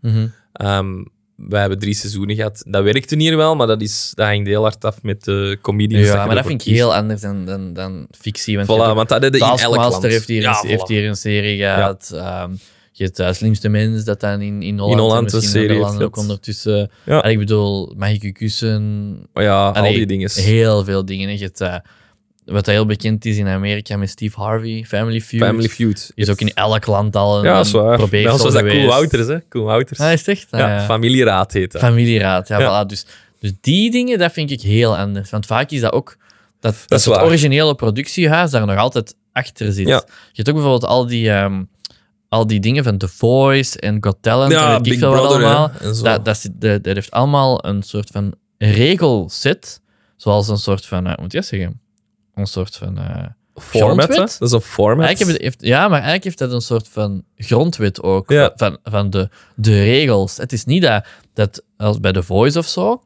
Wij hebben 3 seizoenen gehad. Dat werkte hier wel, maar dat hangt heel hard af met de comedians. Ja, je maar dat ervoor vind ik kiest. heel anders dan fictie. Want je Voilà, hebt ook want dat hadden in elk land. Taskmaster heeft Ja, hier een serie gehad. Je hebt Slimste Mens, dat dan in Holland, Holland en een misschien in serie Nederland heeft ook gehad. ondertussen. Ja. En ik bedoel, Mag ik u kussen? Oh ja, al Allee, die dingen. Heel veel dingen. Je hebt, wat heel bekend is in Amerika met Steve Harvey, Family Feud. Family Feud. Is ook in elk land al Ja, dat is waar. Bij probeersel ons was dat geweest. Cool Wouters, hè? Cool Wouters. Ah, is het echt? Ja, Familieraad heet dat. Familieraad, ja. Ja. Voilà. Dus die dingen, dat vind ik heel anders. Want vaak is dat ook dat is het waar. originele productiehuis daar nog altijd achter zit. Ja. Je hebt ook bijvoorbeeld al die dingen van The Voice en Got Talent en Ja, weet ik Big veel wat Brother, allemaal. hè, en zo. Dat heeft allemaal een soort van regelset, zoals een soort van, hoe moet je dat zeggen? Een soort van Format, hè? grondwet? Dat is een format. Maar eigenlijk heeft dat een soort van grondwet ook, Ja. van de regels. Het is niet dat als bij The Voice of zo,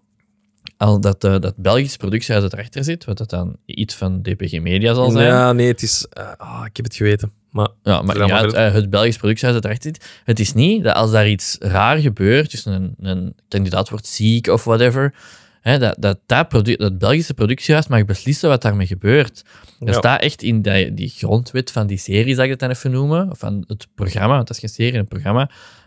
dat Belgisch productiehuis erachter zit, wat dat dan iets van DPG Media zal zijn. Ja, nee, het is... ik heb het geweten. Maar Ja, maar Vertel maar het Belgisch productiehuis dat erachter zit. Het is niet dat als daar iets raar gebeurt, dus een kandidaat wordt ziek of whatever, hè, dat Belgische productiehuis mag beslissen wat daarmee gebeurt. Dat Ja. staat echt in die grondwet van die serie, zal ik het dan even noemen, of van het programma, want dat is geen serie, een programma.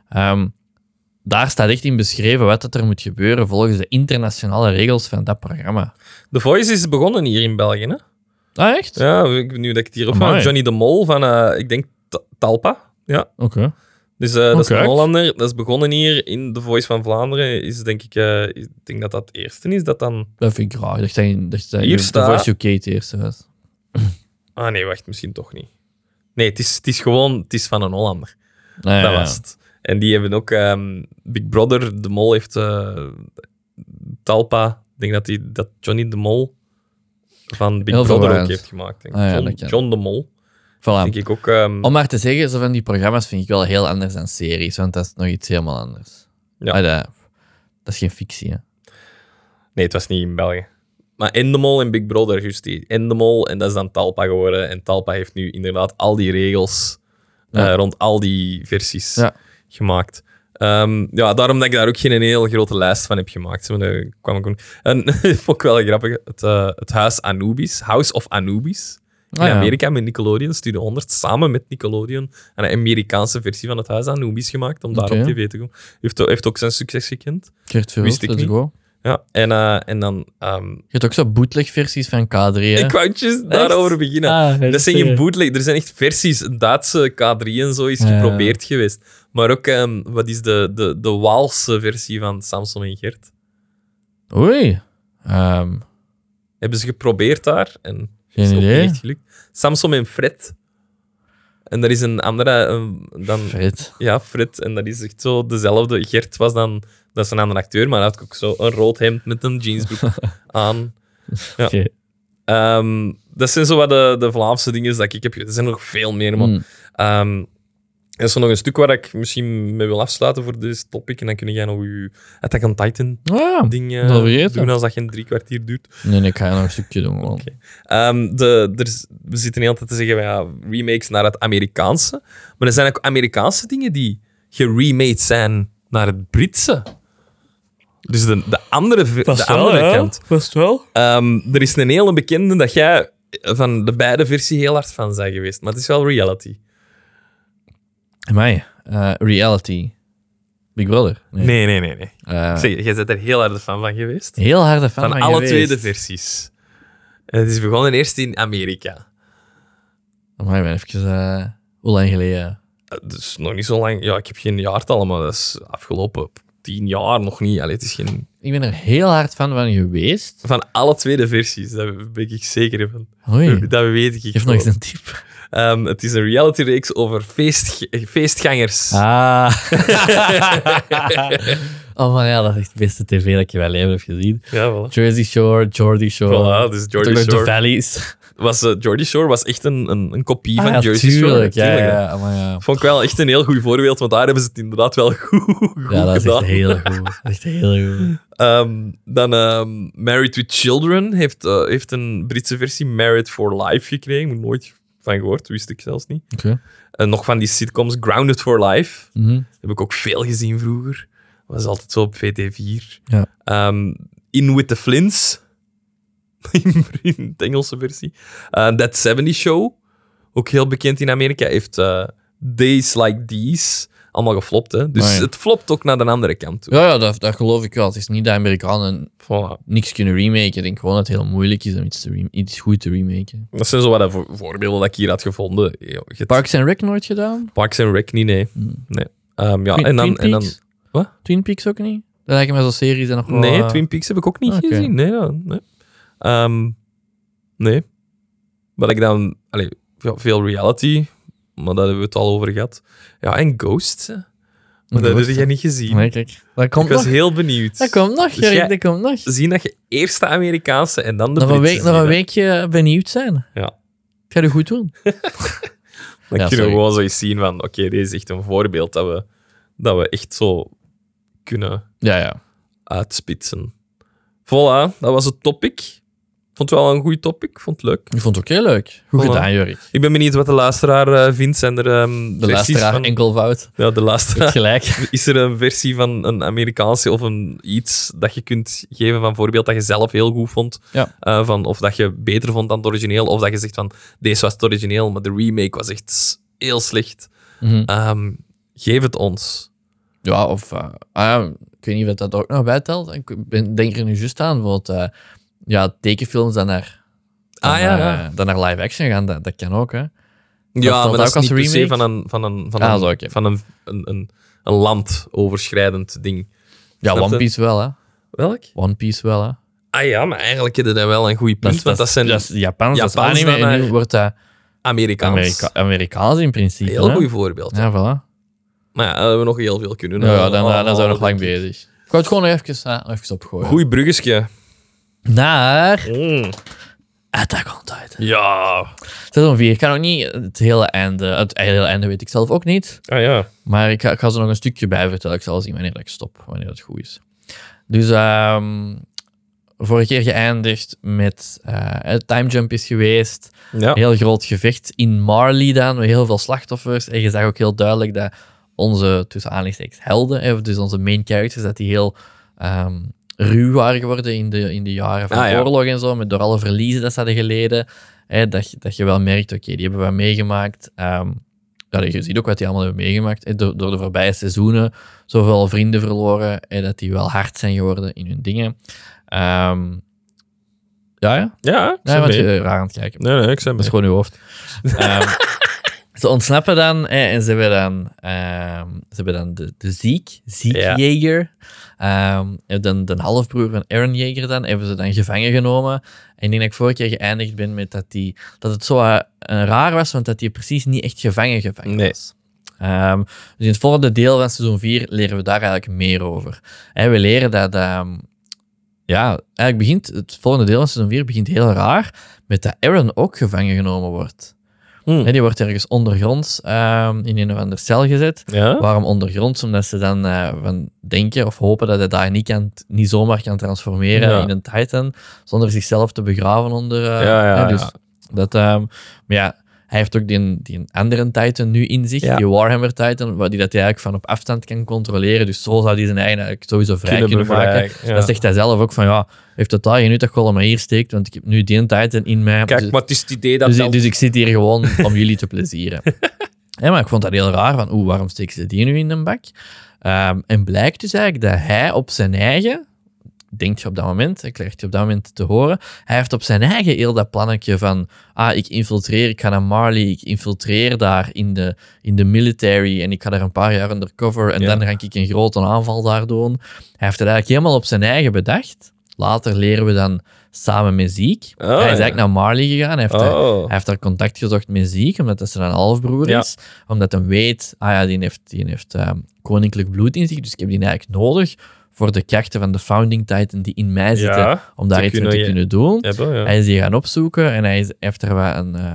Daar staat echt in beschreven wat dat er moet gebeuren volgens de internationale regels van dat programma. The Voice is begonnen hier in België, hè? Ah, echt? Ja, nu dat ik het hier op Amai. Johnny de Mol van, ik denk, Talpa. Ja. Oké. Dus dat is Oké. een Hollander. Dat is begonnen hier in The Voice van Vlaanderen. Is denk ik denk dat dat het eerste is dat dan... Dat vind ik raar. Dat Hier The staat- Voice UK het eerste was. Ah nee, wacht, misschien toch niet. Nee, het is gewoon... Het is van een Hollander. Ah, Dat ja. was het. En die hebben ook... Big Brother, de Mol heeft... Talpa, ik denk dat Johnny de Mol van Big Heel Brother ook verwarrend. heeft gemaakt. Denk. Ah, ja, John, dat kan. John de Mol, Voilà. denk ik ook... Om maar te zeggen, zo van die programma's vind ik wel heel anders dan series, want dat is nog iets helemaal anders. Ja. Dat is geen fictie, hè. Nee, het was niet in België. Maar Endemol en Big Brother, juist die. Endemol, en dat is dan Talpa geworden. En Talpa heeft nu inderdaad al die regels rond al die versies gemaakt. Daarom dat ik daar ook geen hele grote lijst van heb gemaakt. Maar daar kwam ik ook... En dat vond ik wel grappig. Het huis Anubis, House of Anubis. In Amerika met Nickelodeon, Studio 100, samen met Nickelodeon een Amerikaanse versie van het huis Anubis gemaakt, om daar op tv te komen. Heeft ook zijn succes gekend. Geert Verhulst, Wist ik let's niet. go. Ja, en dan... Je hebt ook zo bootleg-versies van K3, hè? Ik wou juist daarover beginnen. Ah, dat zijn geen bootleg, er zijn echt versies. Een Duitse K3 en zo is geprobeerd geweest. Maar ook, wat is de Waalse versie van Samson en Gert? Oei. Hebben ze geprobeerd daar en Geen is ook idee. niet echt gelukt. Samson en Fred. En er is een andere... dan, Fred. Ja, Fred. En dat is echt zo dezelfde. Gert was dan... Dat is een andere acteur, maar hij had ook zo een rood hemd met een jeansbroek aan. Ja. Oké. Dat zijn zo wat de Vlaamse dingen dat ik heb. Er zijn nog veel meer, man. Er is zo nog een stuk waar ik misschien mee wil afsluiten voor deze topic. En dan kun jij nog je Attack on Titan Ah, ding dat vergeten. doen als dat geen 3 kwartier duurt. Nee, ik ga nog een stukje doen, man. We zitten heel tijd te zeggen, ja, remakes naar het Amerikaanse. Maar er zijn ook Amerikaanse dingen die geremade zijn naar het Britse. Dus de andere kant. Vast wel. Er is een hele bekende dat jij van de beide versies heel hard van bent geweest. Maar het is wel reality. Amai. Reality. Big Brother. Nee. Eh, Zeg, jij bent er heel hard fan van geweest. heel harde fan Van alle geweest. twee de versies. Het is begonnen eerst in Amerika. Amai, ben even... hoe lang geleden? Dus nog niet zo lang. Ja, ik heb geen jaartallen, maar dat is afgelopen 10 jaar nog niet. Allee, het is geen... Ik ben er heel hard van geweest. Van alle twee de versies, daar ben ik zeker van. Oei. Dat weet ik. Geef nog eens een tip. Het is een reality-reeks over feestgangers. Ah. Oh man, ja, dat is echt de beste tv dat ik in mijn leven heb gezien. Ja, voilà. Jersey Shore, Geordie Shore. Voilà, dus Geordie Toch nog Shore. The Valleys. Geordie Shore was echt een kopie van ja, Jersey Shore. tuurlijk. Ja, Tuurlijk, hè. ja, maar ja. Vond ik wel echt een heel goed voorbeeld, want daar hebben ze het inderdaad wel goed Ja, dat is gedaan. echt heel goed. Dat is echt heel goed. Dan Married with Children heeft een Britse versie, Married for Life, gekregen. Moet nooit van gehoord, wist ik zelfs niet. Oké. En nog van die sitcoms, Grounded for Life. Mhm. Heb ik ook veel gezien vroeger. Dat was altijd zo op VT4. Ja. In with the Flints. in de Engelse versie. That 70 Show. Ook heel bekend in Amerika. Heeft Days Like These. Allemaal geflopt, hè. Dus Ah, ja. het flopt ook naar de andere kant toe. Ja, dat geloof ik wel. Het is niet dat Amerikanen Voilà. niks kunnen remaken. Ik denk gewoon dat het heel moeilijk is om iets goed te remaken. Dat zijn zo wat de voorbeelden dat ik hier had gevonden. Je hebt Parks and Rec nooit gedaan? Parks and Rec niet, nee. Nee. Ja, Twin, en dan... Twin Peaks? Wat? Twin Peaks ook niet? Dat lijken me zo'n series en nog wel... Nee, Twin Peaks heb ik ook niet Oké. gezien. Nee, ja, nee. Nee. Wat ik dan... veel reality, maar daar hebben we het al over gehad. Ja, en Ghosts, hè. Maar dat Ghost, heb jij niet gezien. Nee, kijk. Dat komt Ik was nog. heel benieuwd. Dat komt nog, Dus Gerrit, jij- dat komt nog. Zien dat je eerst de Amerikaanse en dan de Nog een Britse week, nog een zien, hè. weekje benieuwd zijn. Ja. Ik ga het goed doen. Dan Ja, kunnen we sorry. gewoon zoiets zien van... Oké, dit is echt een voorbeeld dat we echt zo kunnen Ja. uitspitsen. Voilà, dat was het topic. Vond het wel een goed topic. Vond het leuk. Ik vond het ook heel leuk. Goed Voilà. gedaan, Jurk. Ik ben benieuwd wat de luisteraar vindt. Zijn er De versies luisteraar van... enkelvoud. Ja, de luisteraar. Gelijk. Is er een versie van een Amerikaanse of iets dat je kunt geven van voorbeeld dat je zelf heel goed vond? Ja. Of dat je beter vond dan het origineel? Of dat je zegt van, deze was het origineel, maar de remake was echt heel slecht. Geef het ons. Ja, of... ik weet niet of dat ook nog bijtelt. Denk er nu juist aan. Bijvoorbeeld tekenfilms dan naar dan naar live action gaan. Dat kan ook, hè. Ja, telt maar ook dat is als niet per se remake? van een landoverschrijdend ding. Ja, Snap One je? Piece wel, hè. Welk? One Piece wel, hè. Ah ja, maar eigenlijk heb je dat wel een goed punt, want dat zijn dat is Japans, dat is Japans anime. dan En nu naar wordt dat Amerikaans. Amerikaans in principe. Heel hè. goed voorbeeld. Ja, voilà. Maar ja, dat hebben we nog heel veel kunnen. Ja, dan zijn we nog lang denk ik. bezig. Ik wou het gewoon even opgooien. Goeie bruggetje. Naar Attack on Titan. Ja. Seizoen 4. Ik kan ook niet het hele einde... Het hele einde weet ik zelf ook niet. Ah ja. Maar ik ga ze nog een stukje bij vertellen. Ik zal zien wanneer ik stop. Wanneer het goed is. Dus vorige keer geëindigd met... Time Jump is geweest. Ja. Een heel groot gevecht in Marley dan. Met heel veel slachtoffers. En je zag ook heel duidelijk dat onze, tussen aanhalingstekens, helden, dus onze main characters, dat die heel ruw waren geworden in de jaren van oorlog en zo. Door alle verliezen dat ze hadden geleden. Dat je wel merkt, oké, die hebben we meegemaakt. Je ziet ook wat die allemaal hebben meegemaakt. Door de voorbije seizoenen zoveel vrienden verloren. Dat die wel hard zijn geworden in hun dingen. Ja, Ja, ik want ben mee. je raar aan het kijken. Nee, ik ben Dat is gewoon uw hoofd. Ze ontsnappen dan en ze hebben dan de Zeke-Jager. De halfbroer van Eren Jaeger dan, hebben ze dan gevangen genomen. En ik denk dat ik vorige keer geëindigd ben met dat het zo raar was, want dat hij precies niet echt gevangen was. Dus in het volgende deel van seizoen 4 leren we daar eigenlijk meer over. We leren dat... eigenlijk het volgende deel van seizoen 4 begint heel raar met dat Eren ook gevangen genomen wordt. Die wordt ergens ondergronds in een of ander cel gezet. Ja? Waarom ondergronds? Omdat ze dan van denken of hopen dat hij daar niet zomaar kan transformeren in een Titan, zonder zichzelf te begraven onder... Dus dat... hij heeft ook die andere Titan nu in zich, die Warhammer Titan, die dat hij eigenlijk van op afstand kan controleren. Dus zo zou hij zijn eigen eigenlijk sowieso vrij kunnen maken. Ja. Dat zegt hij zelf ook van, heeft totaal geen nut dat ik maar hier steekt, want ik heb nu die Titan in mij. Kijk, maar het is het idee dat... Dus ik zit hier gewoon om jullie te plezieren. Maar ik vond dat heel raar, van waarom steken ze die nu in een bak? En blijkt dus eigenlijk dat hij op zijn eigen... Denkt je op dat moment, krijgt je op dat moment te horen. Hij heeft op zijn eigen heel dat plannetje van ik ga naar Marley, ik infiltreer daar in de military en ik ga daar een paar jaar undercover en dan ga ik een grote aanval daar doen. Hij heeft het eigenlijk helemaal op zijn eigen bedacht. Later leren we dan samen met Zeke. Hij is eigenlijk naar Marley gegaan. Hij heeft daar contact gezocht met Zeke, omdat dat zijn halfbroer is. Omdat hij weet, die heeft koninklijk bloed in zich, dus ik heb die eigenlijk nodig voor de krachten van de Founding Titan die in mij zitten, om daar iets mee te kunnen doen. Hij is die gaan opzoeken en hij heeft er wat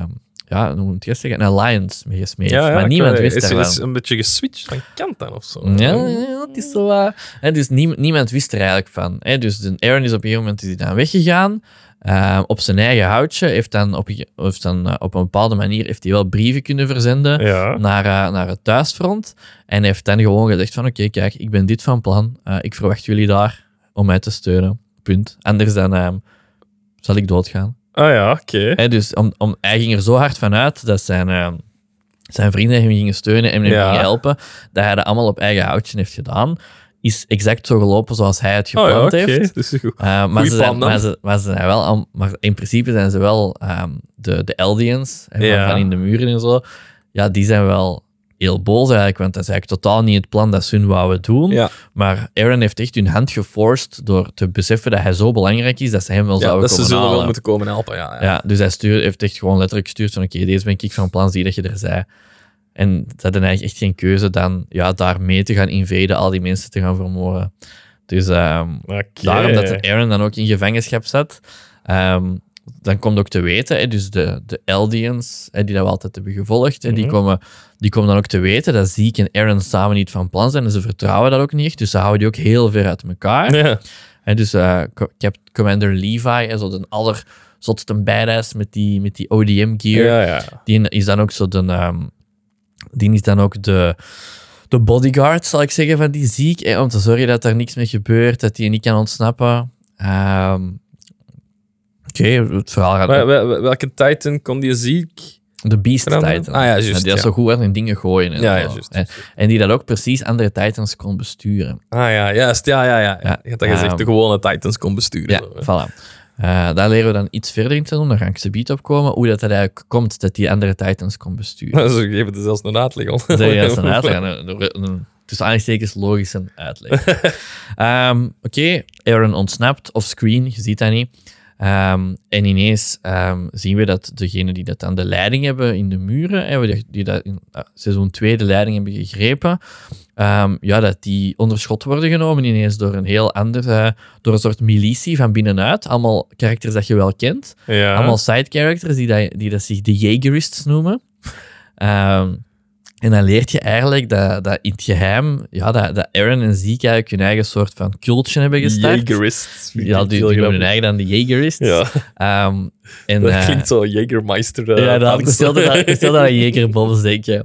ja, hoe moet je het zeggen, een alliance mee gesmeed. Ja, maar niemand wist is daarvan. is een beetje geswitcht van kant dan of zo. Ja, het is zo. Dus niemand wist er eigenlijk van. Dus Aaron is op een gegeven moment dan weggegaan. Op zijn eigen houtje. Heeft dan op een bepaalde manier heeft hij wel brieven kunnen verzenden naar het thuisfront. En heeft dan gewoon gezegd van oké, kijk, ik ben dit van plan. Ik verwacht jullie daar om mij te steunen. Punt. Anders dan zal ik doodgaan. Ah ja, oké. Dus hij ging er zo hard van uit dat zijn vrienden hem gingen steunen en hem gingen helpen, dat hij dat allemaal op eigen houtje heeft gedaan. Is exact zo gelopen zoals hij het gepland heeft. Dus goed. Maar ze zijn wel, maar in principe zijn ze wel de Eldians van in de muren en zo. Ja, die zijn wel heel boos eigenlijk, want dat is eigenlijk totaal niet het plan dat ze hun wouden doen. Ja. Maar Aaron heeft echt hun hand geforced door te beseffen dat hij zo belangrijk is dat ze hem wel zouden komen halen. Dat ze zullen wel moeten komen helpen, ja. Dus hij heeft echt gewoon letterlijk gestuurd van oké, deze ben ik van plan, zie dat je er zei. En ze hadden eigenlijk echt geen keuze dan daar mee te gaan invaden, al die mensen te gaan vermoorden. Dus daarom dat Aaron dan ook in gevangenschap zat. Dan komt ook te weten, dus de Eldians, die dat we altijd hebben gevolgd, die komen dan ook te weten dat Zeke en Aaron samen niet van plan zijn. En ze vertrouwen dat ook niet echt, dus ze houden die ook heel ver uit elkaar. Ja. En dus Commander Levi, zo de allerzotste badass met die ODM-gear, die is dan ook zo die is dan ook de bodyguard, zal ik zeggen, van die Zeke, om te zorgen dat er niks mee gebeurt, dat hij niet kan ontsnappen. Oké, het verhaal gaat... Welke Titan kon die Zeke? De Beast Titan. Ah ja, juist. Die dat zo goed in dingen gooien. En die dat ook precies andere Titans kon besturen. Ah ja, juist. Ja. Je had dat gezegd, de gewone Titans kon besturen. Ja, voilà. Daar leren we dan iets verder in te doen. Daar ga ik ze bied op komen. Hoe dat eigenlijk komt dat die andere Titans kon besturen. Ze geven er zelfs een uitleg al. Tussen aanstekens logische uitleg. Oké, Aaron ontsnapt off-screen. Je ziet dat niet. En ineens zien we dat degenen die dat aan de leiding hebben in de muren, die dat in seizoen 2 de leiding hebben gegrepen, dat die onder schot worden genomen ineens door een heel ander, door een soort militie van binnenuit. Allemaal characters dat je wel kent. Ja. Allemaal side characters die dat zich de Jaegerists noemen. En dan leert je eigenlijk dat in het geheim, dat Aaron en Zeke eigenlijk hun eigen soort van cultje hebben gestart. Jaegerists. Ja, die noemen hun eigen dan de Jaegerists. Ja. Dat klinkt zo Jägermeister. Stel dat aan Jägerbobs denken.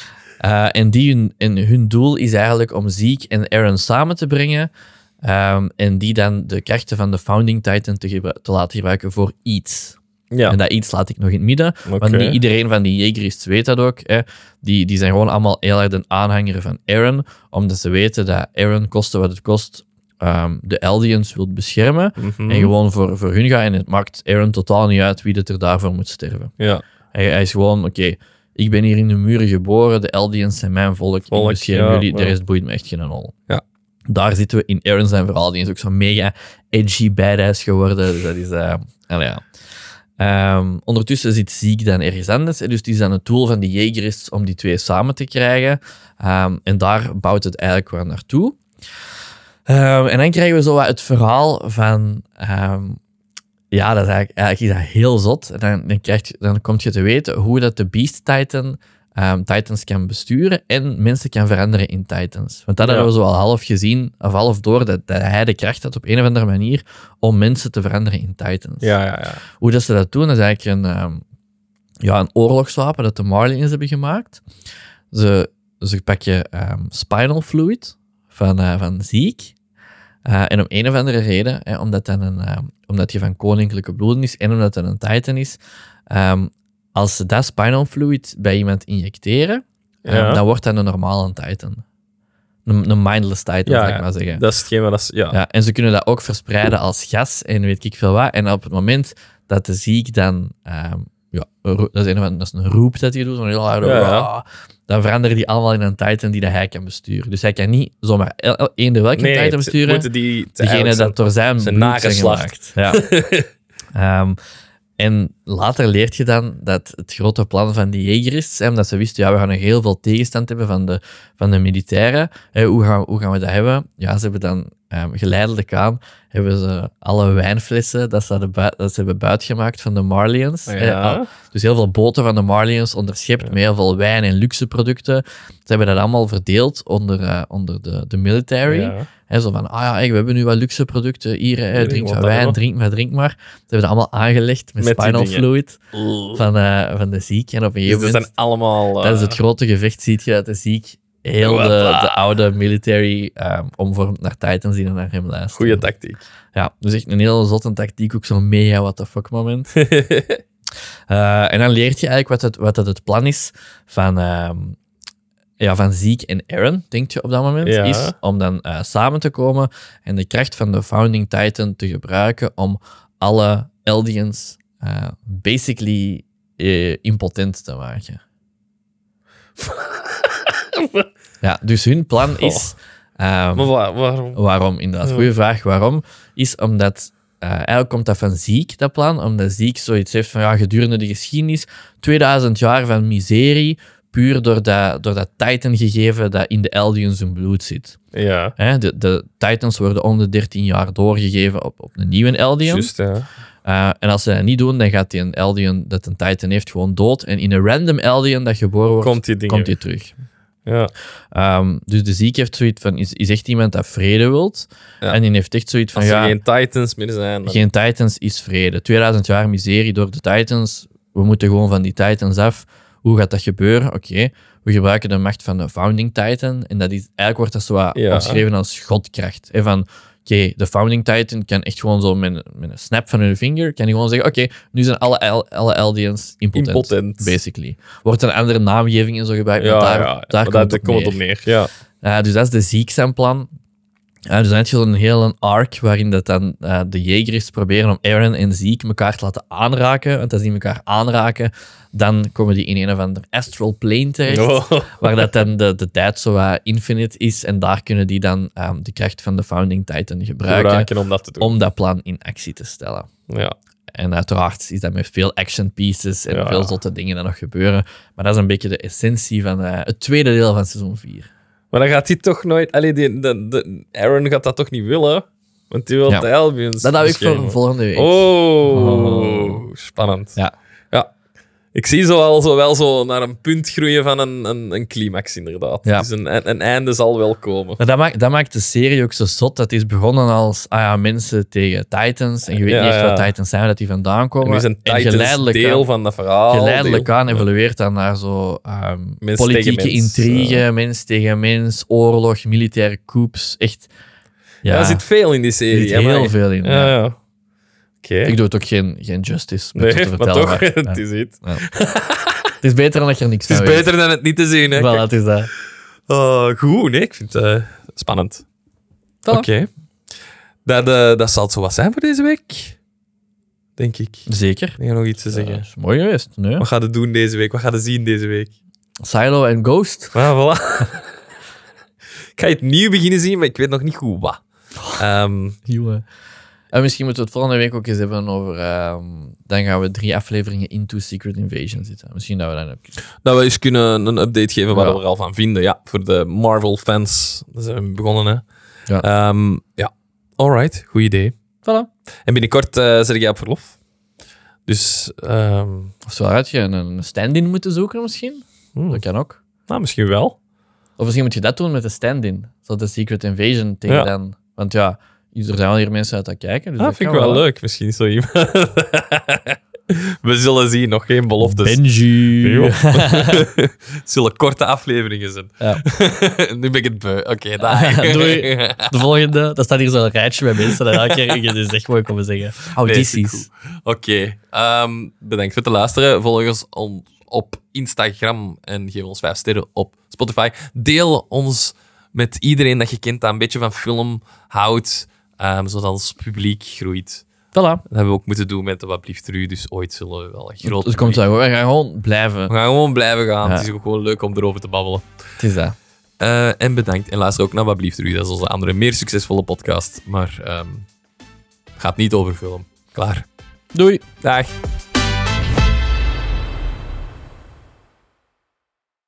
En hun doel is eigenlijk om Zeke en Aaron samen te brengen. En die dan de krachten van de Founding Titan te laten gebruiken voor iets. Ja. En dat iets laat ik nog in het midden. Okay. Want niet iedereen van die Jägerists weet dat ook. Die zijn gewoon allemaal heel erg een aanhanger van Aaron. Omdat ze weten dat Aaron, koste wat het kost, de Eldians wil beschermen. En gewoon voor hun gaat. En het maakt Aaron totaal niet uit wie er daarvoor moet sterven. Ja. Hij is gewoon, oké, ik ben hier in de muren geboren. De Eldians zijn mijn volk. Ik bescherm jullie. De rest boeit me echt geen hol. Ja. Daar zitten we in Aaron zijn verhaal. Die is ook zo mega edgy badass geworden. Dus dat is... ondertussen zit Zeke dan ergens anders. Dus die is dan het doel van die Jägerists om die twee samen te krijgen. En daar bouwt het eigenlijk weer naartoe. En dan krijgen we zo wat het verhaal van... dat is eigenlijk is dat heel zot. En dan kom je te weten hoe dat de Beast Titan Titans kan besturen en mensen kan veranderen in Titans. Want dat hebben we zo al half gezien, of half door, dat hij de kracht had op een of andere manier om mensen te veranderen in Titans. Ja. Hoe dat ze dat doen, is eigenlijk een oorlogswapen dat de Marley's hebben gemaakt. Ze pakken spinal fluid van Zeke. En om een of andere reden, omdat je van koninklijke bloeden is en omdat het een Titan is, als ze dat spinal fluid bij iemand injecteren, dan wordt dat een normale Titan. Een mindless Titan, zou ik maar zeggen. Dat is hetgeen wat... En ze kunnen dat ook verspreiden als gas en weet ik veel wat. En op het moment dat de Zeke dan... dat is een roep dat hij doet, zo'n heel hard... Dan veranderen die allemaal in een Titan die dat hij kan besturen. Dus hij kan niet zomaar eender welke Titan besturen. Moeten degene dat door zijn bloed zijn gemaakt. Ja. En later leert je dan dat het grote plan van die Jägerists, omdat ze wisten, ja, we gaan nog heel veel tegenstand hebben van de militairen. Hoe gaan we dat hebben? Ja, ze hebben dan geleidelijk aan hebben ze alle wijnflessen dat ze hebben buitgemaakt van de Marlians. Ja. Dus heel veel boten van de Marlians onderschept met heel veel wijn en luxe producten. Ze hebben dat allemaal verdeeld onder de military. Ja. Zo van, we hebben nu wat luxe producten. Hier, drink wat wijn, drink maar. Ze hebben dat allemaal aangelegd met spinal fluid van de ziek. En op een gegeven moment... zijn allemaal... Tijdens het grote gevecht zie je dat de ziek heel de oude military omvormt naar Titans die naar hem luisteren. Goeie tactiek. Ja, dus echt een hele zotte tactiek. Ook zo'n mega what the fuck moment. En dan leert je eigenlijk wat het plan is van Zeke en Eren, denk je op dat moment, is om dan samen te komen en de kracht van de Founding Titan te gebruiken om alle Eldians basically impotent te maken. Ja, dus hun plan is... maar waarom? Waarom, inderdaad. Goeie vraag. Waarom? Is omdat... eigenlijk komt dat van Zeke, dat plan. Omdat Zeke zoiets heeft van... gedurende de geschiedenis... 2000 jaar van miserie... puur door dat Titan-gegeven dat in de Eldians hun bloed zit. Ja. De Titans worden om de 13 jaar doorgegeven op een nieuwe Eldian. Juist, ja. En als ze dat niet doen, dan gaat die een Eldian dat een Titan heeft gewoon dood. En in een random Eldian dat geboren wordt, komt die terug. Ja. Dus de Zeke heeft zoiets van... Is echt iemand dat vrede wilt. Ja. En die heeft echt zoiets van... Als er geen Titans meer zijn... Geen Titans is vrede. 2000 jaar miserie door de Titans. We moeten gewoon van die Titans af. Hoe gaat dat gebeuren? Oké, we gebruiken de macht van de Founding Titan. En dat is, eigenlijk wordt dat zo omschreven als godkracht. Van, de Founding Titan kan echt gewoon zo met een snap van hun vinger, kan hij gewoon zeggen, oké, nu zijn alle Eldians impotent. Basically. Wordt een andere naamgeving en zo gebruikt, daar komt het op neer. Ja. Dus dat is de Zeke zijn plan. Dus dan heb je een hele arc waarin dat dan de Jägers proberen om Eren en Zeke elkaar te laten aanraken. Want als die elkaar aanraken, dan komen die in een of ander astral plane terecht. Waar dat dan de tijd zo infinite is. En daar kunnen die dan de kracht van de Founding Titan gebruiken om dat te doen. Om dat plan in actie te stellen. Ja. En uiteraard is dat met veel action pieces en veel zotte dingen dat nog gebeuren. Maar dat is een beetje de essentie van het tweede deel van seizoen 4. Maar dan gaat hij toch nooit... Eren gaat dat toch niet willen? Want die wil de Eldians. Dat hou ik voor volgende week. Oh, spannend. Ja. Ik zie zo wel naar een punt groeien van een climax, inderdaad. Ja. Dus een einde zal wel komen. Maar dat maakt de serie ook zo zot. Dat is begonnen als mensen tegen Titans. En je weet niet echt wat Titans zijn, dat die vandaan komen. En nu is een Titans deel van dat verhaal. Geleidelijk aan evolueert dan naar zo politieke intrigue, mens tegen mens, oorlog, militaire coups. Echt... Ja, er zit veel in die serie. Er zit heel veel in. Ja. Okay. Ik doe het ook geen justice. Nee, te maar toch, het is iets. Ja. Het is beter dan dat je er niks van weet. Het is beter dan het niet te zien. Hè? Voilà, het is dat. Goed, nee, ik vind het spannend. Voilà. Oké. Dat zal het zo wat zijn voor deze week. Denk ik. Zeker. Ik ga nog iets te zeggen. Dat is mooi geweest. Nee. Wat gaat het doen deze week? Wat gaat het zien deze week? Silo en Ghost. Voilà. Ik ga het nieuw beginnen zien, maar ik weet nog niet goed wat. En misschien moeten we het volgende week ook eens hebben over... dan gaan we 3 afleveringen into Secret Invasion zitten. Misschien dat we dan ook... Dat we eens kunnen een update geven wat we er al van vinden. Ja, voor de Marvel-fans. Daar zijn we begonnen, hè. Ja. Alright, goed idee. Voilà. En binnenkort zet jij op verlof. Dus... Of zou je een stand-in moeten zoeken, misschien? Dat kan ook. Nou, misschien wel. Of misschien moet je dat doen met de stand-in. Zo de Secret Invasion tegen dan... Want er zijn wel hier mensen uit dat kijken. Dus dat vind ik wel leuk. Misschien zo iemand... We zullen zien. Nog geen beloftes. Benji. Zullen korte afleveringen zijn. Ja. Nu ben ik het beu. Oké, doei. De volgende. Dat staat hier zo'n rijtje bij mensen. Dat elke keer je dus echt mooi komen zeggen. Audities. Oké. Bedankt voor het luisteren. Volg ons op Instagram en geef ons 5 sterren op Spotify. Deel ons met iedereen dat je kent dat een beetje van film houdt, zodat ons publiek groeit. Voilà. Dat hebben we ook moeten doen met de Wat Blieft Er U, dus ooit zullen we wel een groot... Het komt zo, we gaan gewoon blijven. We gaan gewoon blijven gaan. Ja. Het is ook gewoon leuk om erover te babbelen. Het is dat. En bedankt. En luister ook naar Wat Blieft Er U. Dat is onze andere, meer succesvolle podcast. Maar gaat niet over film. Klaar. Doei. Dag.